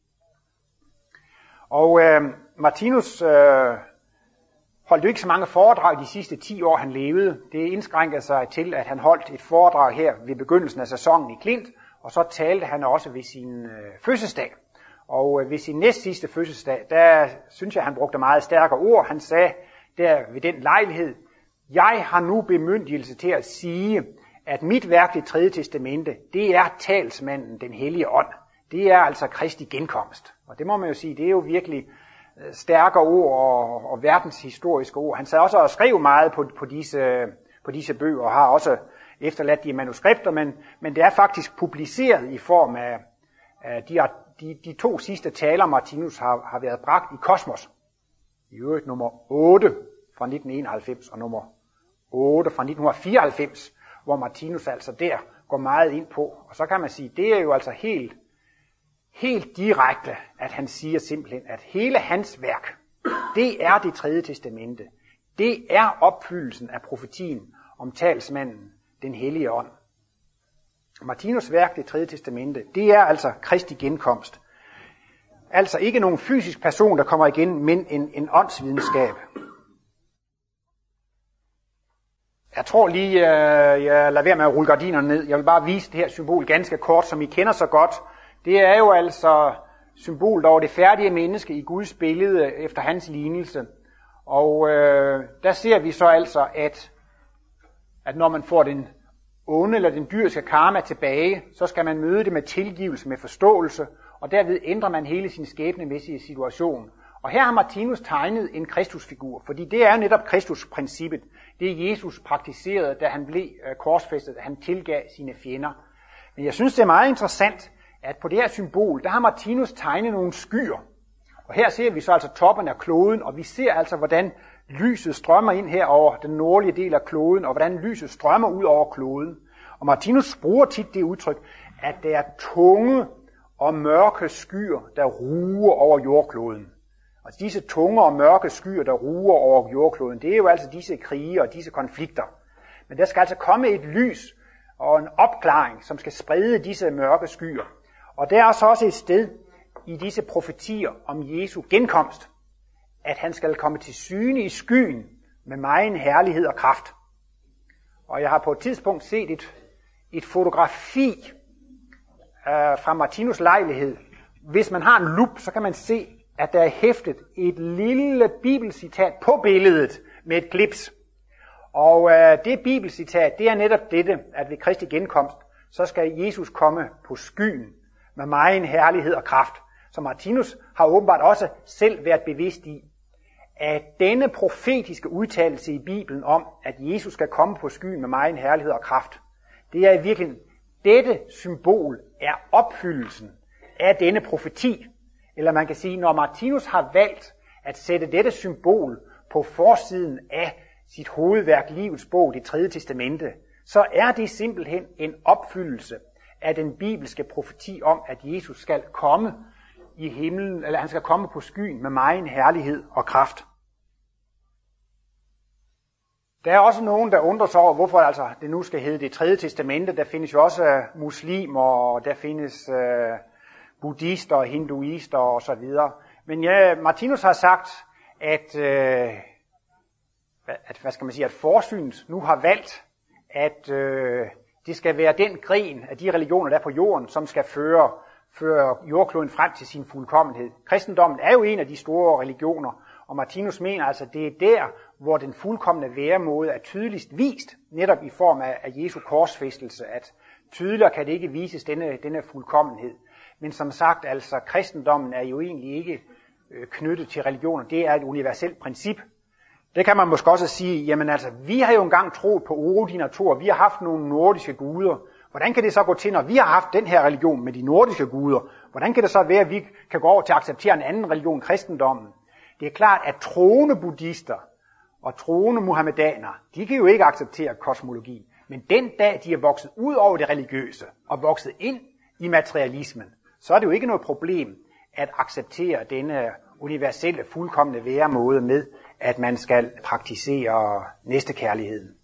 Og øh, Martinus øh, holdt jo ikke så mange foredrag de sidste ti år, han levede. Det indskrænkede sig til, at han holdt et foredrag her ved begyndelsen af sæsonen i Klint, og så talte han også ved sin øh, fødselsdag. Og øh, ved sin næst sidste fødselsdag, der synes jeg, han brugte meget stærkere ord. Han sagde der ved den lejlighed, jeg har nu bemyndigelse til at sige, at mit værk i tredje testamente, det er talsmanden, den hellige ånd. Det er altså Kristi genkomst. Og det må man jo sige, det er jo virkelig stærkere ord og, og verdenshistoriske ord. Han sad også og skrev meget på, på disse på disse bøger, og har også efterladt de manuskripter, men, men det er faktisk publiceret i form af, af de, de, de to sidste taler, Martinus har, har været bragt i Kosmos. I øvrigt nummer otte fra nitten enoghalvfems og nummer otte fra nitten fireoghalvfems, hvor Martinus altså der går meget ind på. Og så kan man sige, det er jo altså helt, helt direkte, at han siger simpelthen, at hele hans værk, det er det tredje testamente. Det er opfyldelsen af profetien om talsmanden, den hellige ånd. Martinus værk, det tredje testamente, det er altså Kristi genkomst. Altså ikke nogen fysisk person, der kommer igen, men en, en åndsvidenskab. Jeg tror lige, jeg lader være med at rulle gardinerne ned. Jeg vil bare vise det her symbol ganske kort, som I kender så godt. Det er jo altså symbolet over det færdige menneske i Guds billede efter hans lignelse. Og øh, der ser vi så altså, at, at når man får den onde eller den dyriske karma tilbage, så skal man møde det med tilgivelse, med forståelse, og derved ændrer man hele sin skæbnemæssige situation. Og her har Martinus tegnet en Kristusfigur, fordi det er netop Kristusprincippet. Det Jesus praktiserede, da han blev korsfæstet, at han tilgav sine fjender. Men jeg synes, det er meget interessant, at på det her symbol, der har Martinus tegnet nogle skyer. Og her ser vi så altså toppen af kloden, og vi ser altså, hvordan lyset strømmer ind her over den nordlige del af kloden, og hvordan lyset strømmer ud over kloden. Og Martinus bruger tit det udtryk, at der er tunge og mørke skyer, der ruger over jordkloden. Og disse tunge og mørke skyer, der ruger over jordkloden, det er jo altså disse krige og disse konflikter. Men der skal altså komme et lys og en opklaring, som skal sprede disse mørke skyer. Og der er så også et sted i disse profetier om Jesu genkomst, at han skal komme til syne i skyen med megen herlighed og kraft. Og jeg har på et tidspunkt set et, et fotografi øh, fra Martinus lejlighed. Hvis man har en lup, så kan man se, at der er hæftet et lille bibelcitat på billedet med et glips. Og øh, det bibelcitat, det er netop dette, at ved Kristi genkomst, så skal Jesus komme på skyen med megen herlighed og kraft. Så Martinus har åbenbart også selv været bevidst i, at denne profetiske udtalelse i Bibelen om, at Jesus skal komme på skyen med megen herlighed og kraft, det er i virkeligheden, dette symbol er opfyldelsen af denne profeti. Eller man kan sige, når Martinus har valgt at sætte dette symbol på forsiden af sit hovedværk, Livets bog, det tredje testamente, så er det simpelthen en opfyldelse af den bibelske profeti om, at Jesus skal komme i himlen, eller han skal komme på skyen med megen herlighed og kraft. Der er også nogen, der undrer sig over, hvorfor altså det nu skal hedde det tredje testamente. Der findes jo også muslimer, og der findes øh, buddhister og hinduister og så videre. Men ja, Martinus har sagt, at, øh, at, hvad skal man sige, at forsynet nu har valgt, at øh, det skal være den gren af de religioner, der er på jorden, som skal føre, føre jordkloden frem til sin fuldkommenhed. Kristendommen er jo en af de store religioner, og Martinus mener altså, det er der, hvor den fuldkomne væremåde er tydeligst vist, netop i form af, af Jesu korsfæstelse, at tydeligere kan det ikke vises denne, denne fuldkommenhed. Men som sagt, altså, kristendommen er jo egentlig ikke øh, knyttet til religioner. Det er et universelt princip. Det kan man måske også sige, jamen altså, vi har jo engang troet på Odin og Thor, vi har haft nogle nordiske guder. Hvordan kan det så gå til, når vi har haft den her religion med de nordiske guder? Hvordan kan det så være, at vi kan gå over til at acceptere en anden religion, kristendommen? Det er klart, at troende buddhister og troende muhammedanere, de kan jo ikke acceptere kosmologi. Men den dag, de er vokset ud over det religiøse og vokset ind i materialismen, så er det jo ikke noget problem at acceptere denne universelle, fuldkomne væremåde med, at man skal praktisere næstekærligheden.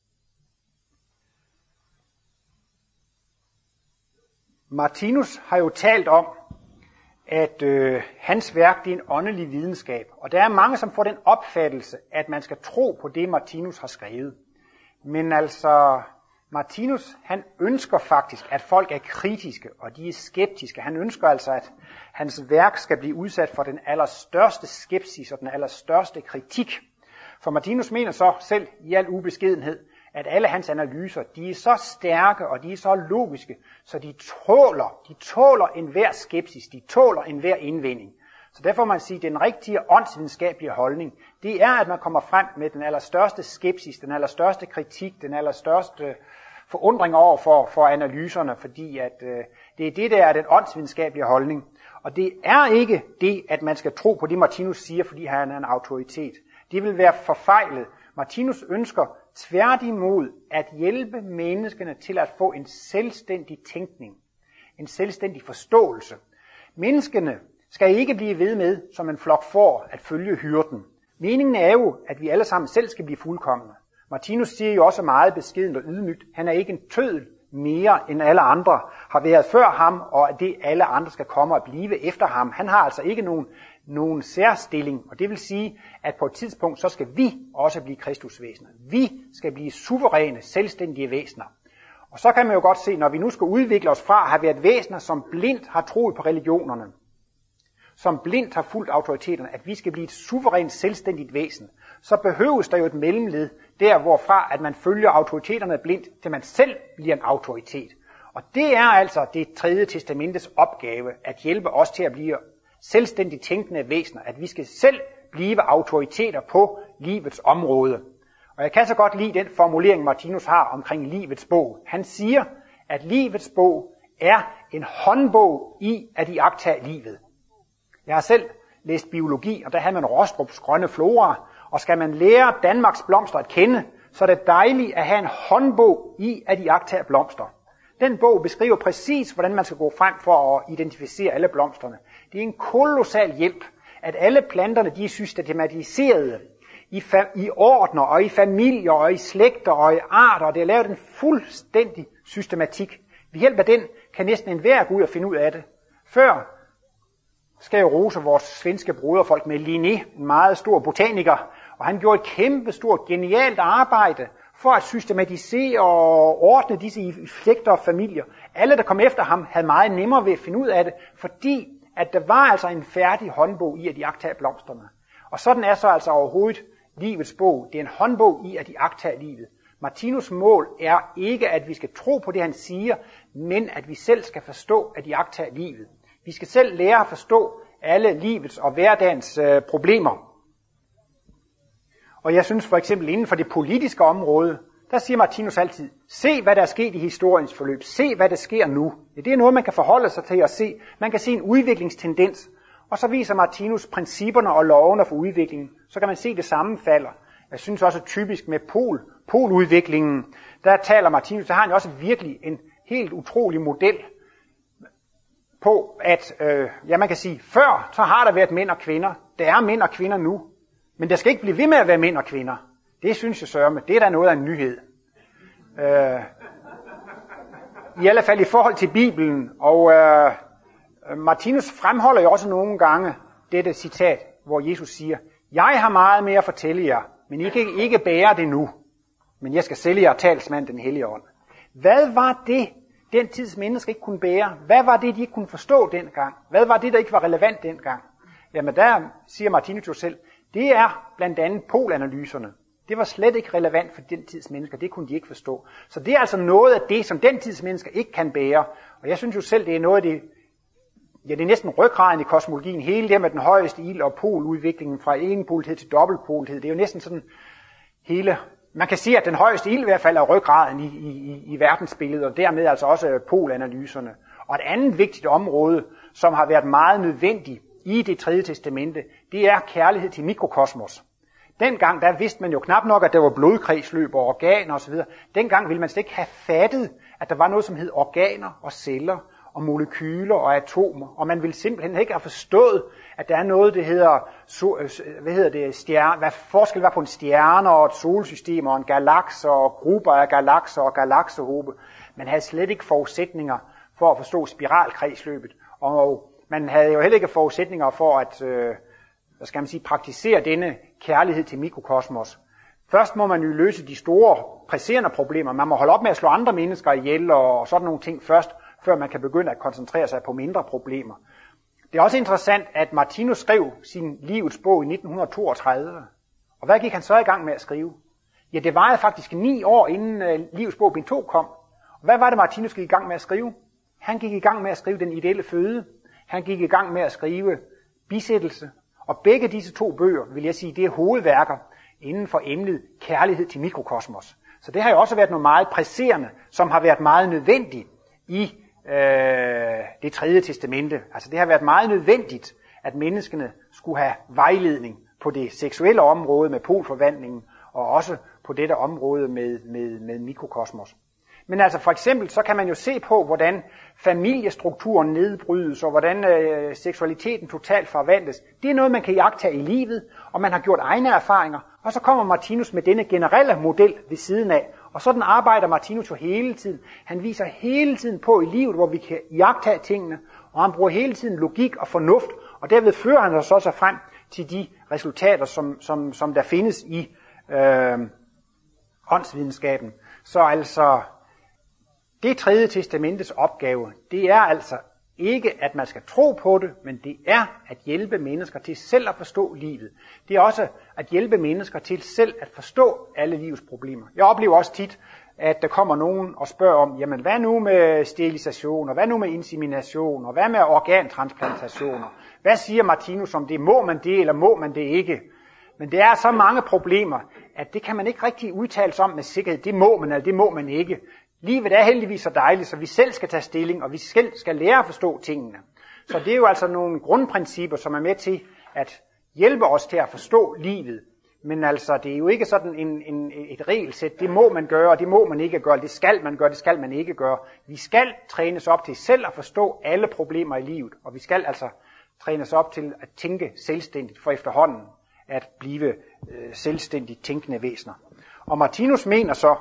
Martinus har jo talt om, at øh, hans værk det er en åndelig videnskab, og der er mange, som får den opfattelse, at man skal tro på det, Martinus har skrevet. Men altså, Martinus, han ønsker faktisk, at folk er kritiske, og de er skeptiske. Han ønsker altså, at hans værk skal blive udsat for den allerstørste skepsis og den allerstørste kritik. For Martinus mener så selv i al ubeskedenhed, at alle hans analyser, de er så stærke og de er så logiske, så de tåler, de tåler enhver skepsis, de tåler enhver indvending. Så derfor må man sige, at den rigtige åndsvidenskabelige holdning, det er, at man kommer frem med den allerstørste skepsis, den allerstørste kritik, den allerstørste forundring over for, for analyserne, fordi at, øh, det er det, der er den åndsvidenskabelige holdning. Og det er ikke det, at man skal tro på det, Martinus siger, fordi han er en autoritet. Det vil være forfejlet. Martinus ønsker tværtimod at hjælpe menneskene til at få en selvstændig tænkning, en selvstændig forståelse. Menneskene skal ikke blive ved med, som en flok får, at følge hyrden. Meningen er jo, at vi alle sammen selv skal blive fuldkomne. Martinus siger jo også meget beskedent og ydmygt, han er ikke en tøddel mere end alle andre har været før ham, og at det alle andre skal komme og blive efter ham. Han har altså ikke nogen, nogen særstilling, og det vil sige, at på et tidspunkt, så skal vi også blive kristusvæsener. Vi skal blive suveræne, selvstændige væsener. Og så kan man jo godt se, når vi nu skal udvikle os fra at have været væsener, som blindt har troet på religionerne, som blindt har fulgt autoriteterne, at vi skal blive et suverænt, selvstændigt væsen, så behøves der jo et mellemled, der hvorfra at man følger autoriteterne blindt, til man selv bliver en autoritet. Og det er altså det tredje testamentes opgave, at hjælpe os til at blive selvstændigt tænkende væsener, at vi skal selv blive autoriteter på livets område. Og jeg kan så godt lide den formulering, Martinus har omkring livets bog. Han siger, at livets bog er en håndbog i at iagttage livet. Jeg har selv læst biologi, og der havde man Rostrups grønne flora, og skal man lære Danmarks blomster at kende, så er det dejligt at have en håndbog i at iagttage blomster. Den bog beskriver præcis, hvordan man skal gå frem for at identificere alle blomsterne. Det er en kolossal hjælp, at alle planterne de er systematiserede i, fa- i ordner og i familier og i slægter og i arter, og det er lavet en fuldstændig systematik. Ved hjælp af den kan næsten enhver gå ud og finde ud af det. Før skal jeg rose vores svenske broderfolk med Linné, en meget stor botaniker, og han gjorde et kæmpe stort, genialt arbejde for at systematisere og ordne disse i slægter og familier. Alle, der kom efter ham, havde meget nemmere ved at finde ud af det, fordi at der var altså en færdig håndbog i at iagttage blomsterne. Og sådan er så altså overhovedet livets bog. Det er en håndbog i at iagttage livet. Martinus' mål er ikke, at vi skal tro på det, han siger, men at vi selv skal forstå at iagttage livet. Vi skal selv lære at forstå alle livets og hverdagens øh, problemer. Og jeg synes for eksempel inden for det politiske område, der siger Martinus altid, se hvad der er sket i historiens forløb, se hvad der sker nu. Ja, det er noget, man kan forholde sig til at se. Man kan se en udviklingstendens, og så viser Martinus principperne og lovene for udviklingen. Så kan man se, det sammenfalder. Jeg synes også typisk med pol, poludviklingen, der taler Martinus, der har han også virkelig en helt utrolig model på, at øh, ja, man kan sige, før så har der været mænd og kvinder. Der er mænd og kvinder nu. Men der skal ikke blive ved med at være mænd og kvinder. Det synes jeg sørme. Det er da noget af en nyhed. Øh, I alle fald i forhold til Bibelen. Og øh, Martinus fremholder jo også nogle gange dette citat, hvor Jesus siger, jeg har meget mere at fortælle jer, men I kan ikke bære det nu. Men jeg skal sælge jer talsmand, den hellige ånd. Hvad var det, den tids mennesker ikke kunne bære? Hvad var det, de ikke kunne forstå dengang? Hvad var det, der ikke var relevant dengang? Jamen der siger Martinus jo selv, det er blandt andet polanalyserne. Det var slet ikke relevant for den tids mennesker, det kunne de ikke forstå. Så det er altså noget af det, som den tids mennesker ikke kan bære. Og jeg synes jo selv, det er noget af det, ja det er næsten ryggraden i kosmologien, hele det med den højeste ild- og poludviklingen fra enpolethed til dobbeltpolethed. Det er jo næsten sådan hele, man kan sige, at den højeste ild i hvert fald er ryggraden i, i, i verdensbilledet, og dermed altså også polanalyserne. Og et andet vigtigt område, som har været meget nødvendigt i det tredje testamente, det er kærlighed til mikrokosmos. Dengang, der vidste man jo knap nok, at der var blodkredsløb og organer osv. Dengang ville man slet ikke have fattet, at der var noget, som hed organer og celler og molekyler og atomer. Og man ville simpelthen ikke have forstået, at der er noget, det hedder, hvad hedder det, stjerne, hvad forskel var på en stjerne og et solsystem og en galakse og grupper af galakser og galaksehobe. Man havde slet ikke forudsætninger for at forstå spiralkredsløbet. Og man havde jo heller ikke forudsætninger for at, øh, hvad skal man sige, praktisere denne kærlighed til mikrokosmos. Først må man jo løse de store, presserende problemer. Man må holde op med at slå andre mennesker ihjel og sådan nogle ting først, før man kan begynde at koncentrere sig på mindre problemer. Det er også interessant, at Martinus skrev sin livets bog i nitten toogtredive. Og hvad gik han så i gang med at skrive? Ja, det varede faktisk ni år inden uh, livets bog bind to kom. Og hvad var det, Martinus gik i gang med at skrive? Han gik i gang med at skrive den ideelle føde. Han gik i gang med at skrive bisættelse. Og begge disse to bøger, vil jeg sige, det er hovedværker inden for emnet kærlighed til mikrokosmos. Så det har jo også været noget meget presserende, som har været meget nødvendigt i øh, det tredje testamente. Altså det har været meget nødvendigt, at menneskene skulle have vejledning på det seksuelle område med polforvandlingen, og også på dette område med, med, med mikrokosmos. Men altså for eksempel, så kan man jo se på, hvordan familiestrukturen nedbrydes, og hvordan øh, seksualiteten totalt forvandles. Det er noget, man kan iagttage i livet, og man har gjort egne erfaringer. Og så kommer Martinus med denne generelle model ved siden af. Og sådan arbejder Martinus jo hele tiden. Han viser hele tiden på i livet, hvor vi kan iagttage tingene, og han bruger hele tiden logik og fornuft, og derved fører han os også frem til de resultater, som, som, som der findes i øh, åndsvidenskaben. Så altså, det tredje testamentes opgave, det er altså ikke, at man skal tro på det, men det er at hjælpe mennesker til selv at forstå livet. Det er også at hjælpe mennesker til selv at forstå alle livets problemer. Jeg oplever også tit, at der kommer nogen og spørger om, jamen hvad nu med sterilisation, og hvad nu med insemination, og hvad med organtransplantationer? Hvad siger Martinus om det? Må man det, eller må man det ikke? Men det er så mange problemer, at det kan man ikke rigtig udtale sig om med sikkerhed. Det må man, eller det må man ikke. Livet er heldigvis så dejligt, så vi selv skal tage stilling, og vi selv skal lære at forstå tingene. Så det er jo altså nogle grundprincipper, som er med til at hjælpe os til at forstå livet. Men altså, det er jo ikke sådan en, en, et regelsæt, det må man gøre, og det må man ikke gøre, det skal man gøre, det skal man ikke gøre. Vi skal trænes op til selv at forstå alle problemer i livet, og vi skal altså trænes op til at tænke selvstændigt for efterhånden at blive øh, selvstændigt tænkende væsener. Og Martinus mener så,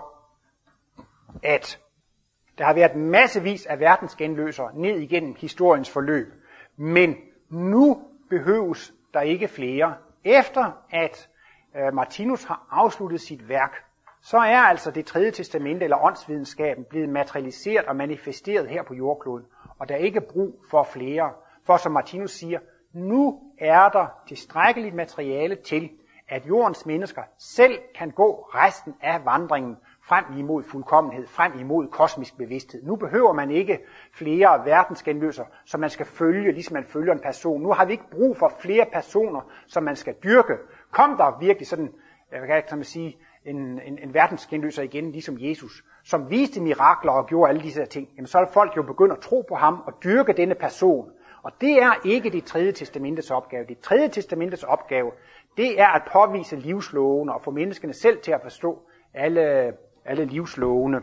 at der har været massevis af verdensgenløsere ned igennem historiens forløb, men nu behøves der ikke flere. Efter at øh, Martinus har afsluttet sit værk, så er altså det tredje testamente eller åndsvidenskaben blevet materialiseret og manifesteret her på jordkloden, og der er ikke brug for flere. For som Martinus siger, nu er der tilstrækkeligt materiale til, at jordens mennesker selv kan gå resten af vandringen frem imod fuldkommenhed, frem imod kosmisk bevidsthed. Nu behøver man ikke flere verdensgenløser, som man skal følge, ligesom man følger en person. Nu har vi ikke brug for flere personer, som man skal dyrke. Kom der virkelig sådan, jeg kan man sige, en, en, en verdensgenløser igen, ligesom Jesus, som viste mirakler og gjorde alle disse her ting, jamen så er folk jo begyndt at tro på ham og dyrke denne person. Og det er ikke det tredje testamentets opgave. Det tredje testamentets opgave, det er at påvise livslovene og få menneskene selv til at forstå alle, alle livslovene.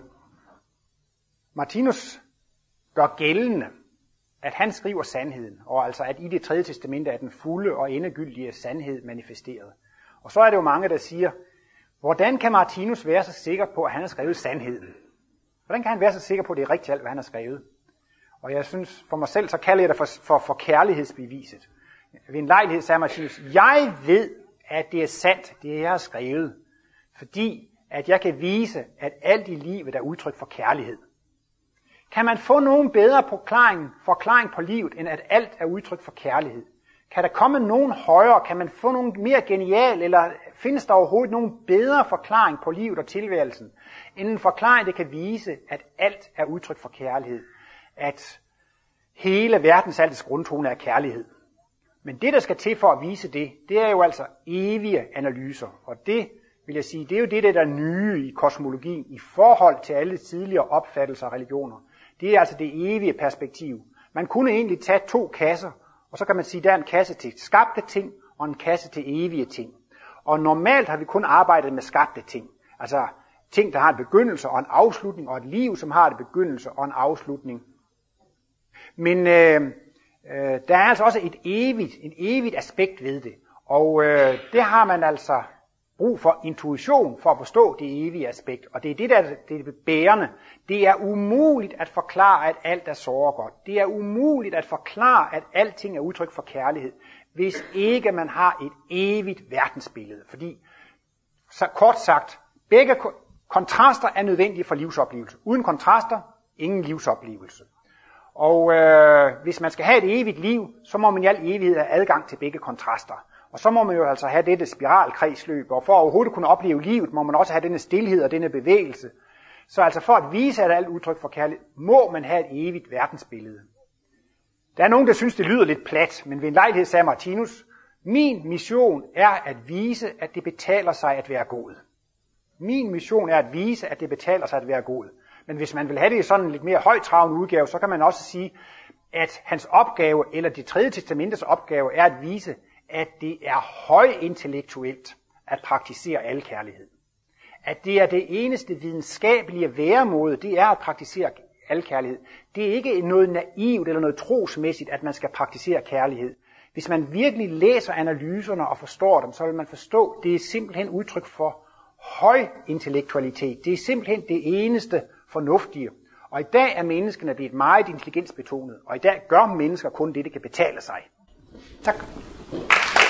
Martinus gør gældende, at han skriver sandheden, og altså at i det tredje testamente er den fulde og endegyldige sandhed manifesteret. Og så er det jo mange, der siger, hvordan kan Martinus være så sikker på, at han har skrevet sandheden? Hvordan kan han være så sikker på, at det er rigtigt alt, hvad han har skrevet? Og jeg synes, for mig selv, så kalder jeg det for, for, for kærlighedsbeviset. Ved en lejlighed sagde Martinus, jeg ved, at det er sandt, det jeg har skrevet, fordi at jeg kan vise, at alt i livet er udtryk for kærlighed. Kan man få nogen bedre forklaring, forklaring på livet, end at alt er udtryk for kærlighed? Kan der komme nogen højere? Kan man få nogen mere genial, eller findes der overhovedet nogen bedre forklaring på livet og tilværelsen, end en forklaring, der kan vise, at alt er udtryk for kærlighed? At hele verdensaltets grundtone er kærlighed. Men det, der skal til for at vise det, det er jo altså evige analyser. Og det, vil jeg sige, det er jo det, der er nye i kosmologien i forhold til alle tidligere opfattelser af religioner. Det er altså det evige perspektiv. Man kunne egentlig tage to kasser, og så kan man sige, at der er en kasse til skabte ting, og en kasse til evige ting. Og normalt har vi kun arbejdet med skabte ting. Altså ting, der har en begyndelse og en afslutning, og et liv, som har en begyndelse og en afslutning. Men øh, øh, der er altså også et evigt, en evigt aspekt ved det. Og øh, det har man altså brug for intuition for at forstå det evige aspekt. Og det er det, der det er bærende. Det er umuligt at forklare, at alt er såre godt. Det er umuligt at forklare, at alting er udtryk for kærlighed, hvis ikke man har et evigt verdensbillede. Fordi, så kort sagt, begge kontraster er nødvendige for livsoplevelse. Uden kontraster, ingen livsoplevelse. Og øh, hvis man skal have et evigt liv, så må man i al evighed have adgang til begge kontraster. Og så må man jo altså have dette spiralkredsløb, og for at overhovedet kunne opleve livet, må man også have denne stilhed og denne bevægelse. Så altså for at vise, at alt udtryk for kærlighed, må man have et evigt verdensbillede. Der er nogen, der synes, det lyder lidt plat, men ved en lejlighed sagde Martinus, min mission er at vise, at det betaler sig at være god. Min mission er at vise, at det betaler sig at være god. Men hvis man vil have det i sådan en lidt mere højtravende udgave, så kan man også sige, at hans opgave, eller det tredje testamentes opgave, er at vise, at det er højintellektuelt at praktisere alkærlighed. At det er det eneste videnskabelige væremåde, det er at praktisere alkærlighed. Det er ikke noget naivt eller noget trosmæssigt, at man skal praktisere kærlighed. Hvis man virkelig læser analyserne og forstår dem, så vil man forstå, at det er simpelthen udtryk for højintellektualitet. Det er simpelthen det eneste fornuftige. Og i dag er menneskene blevet meget intelligensbetonet, og i dag gør mennesker kun det, det kan betale sig. Tak.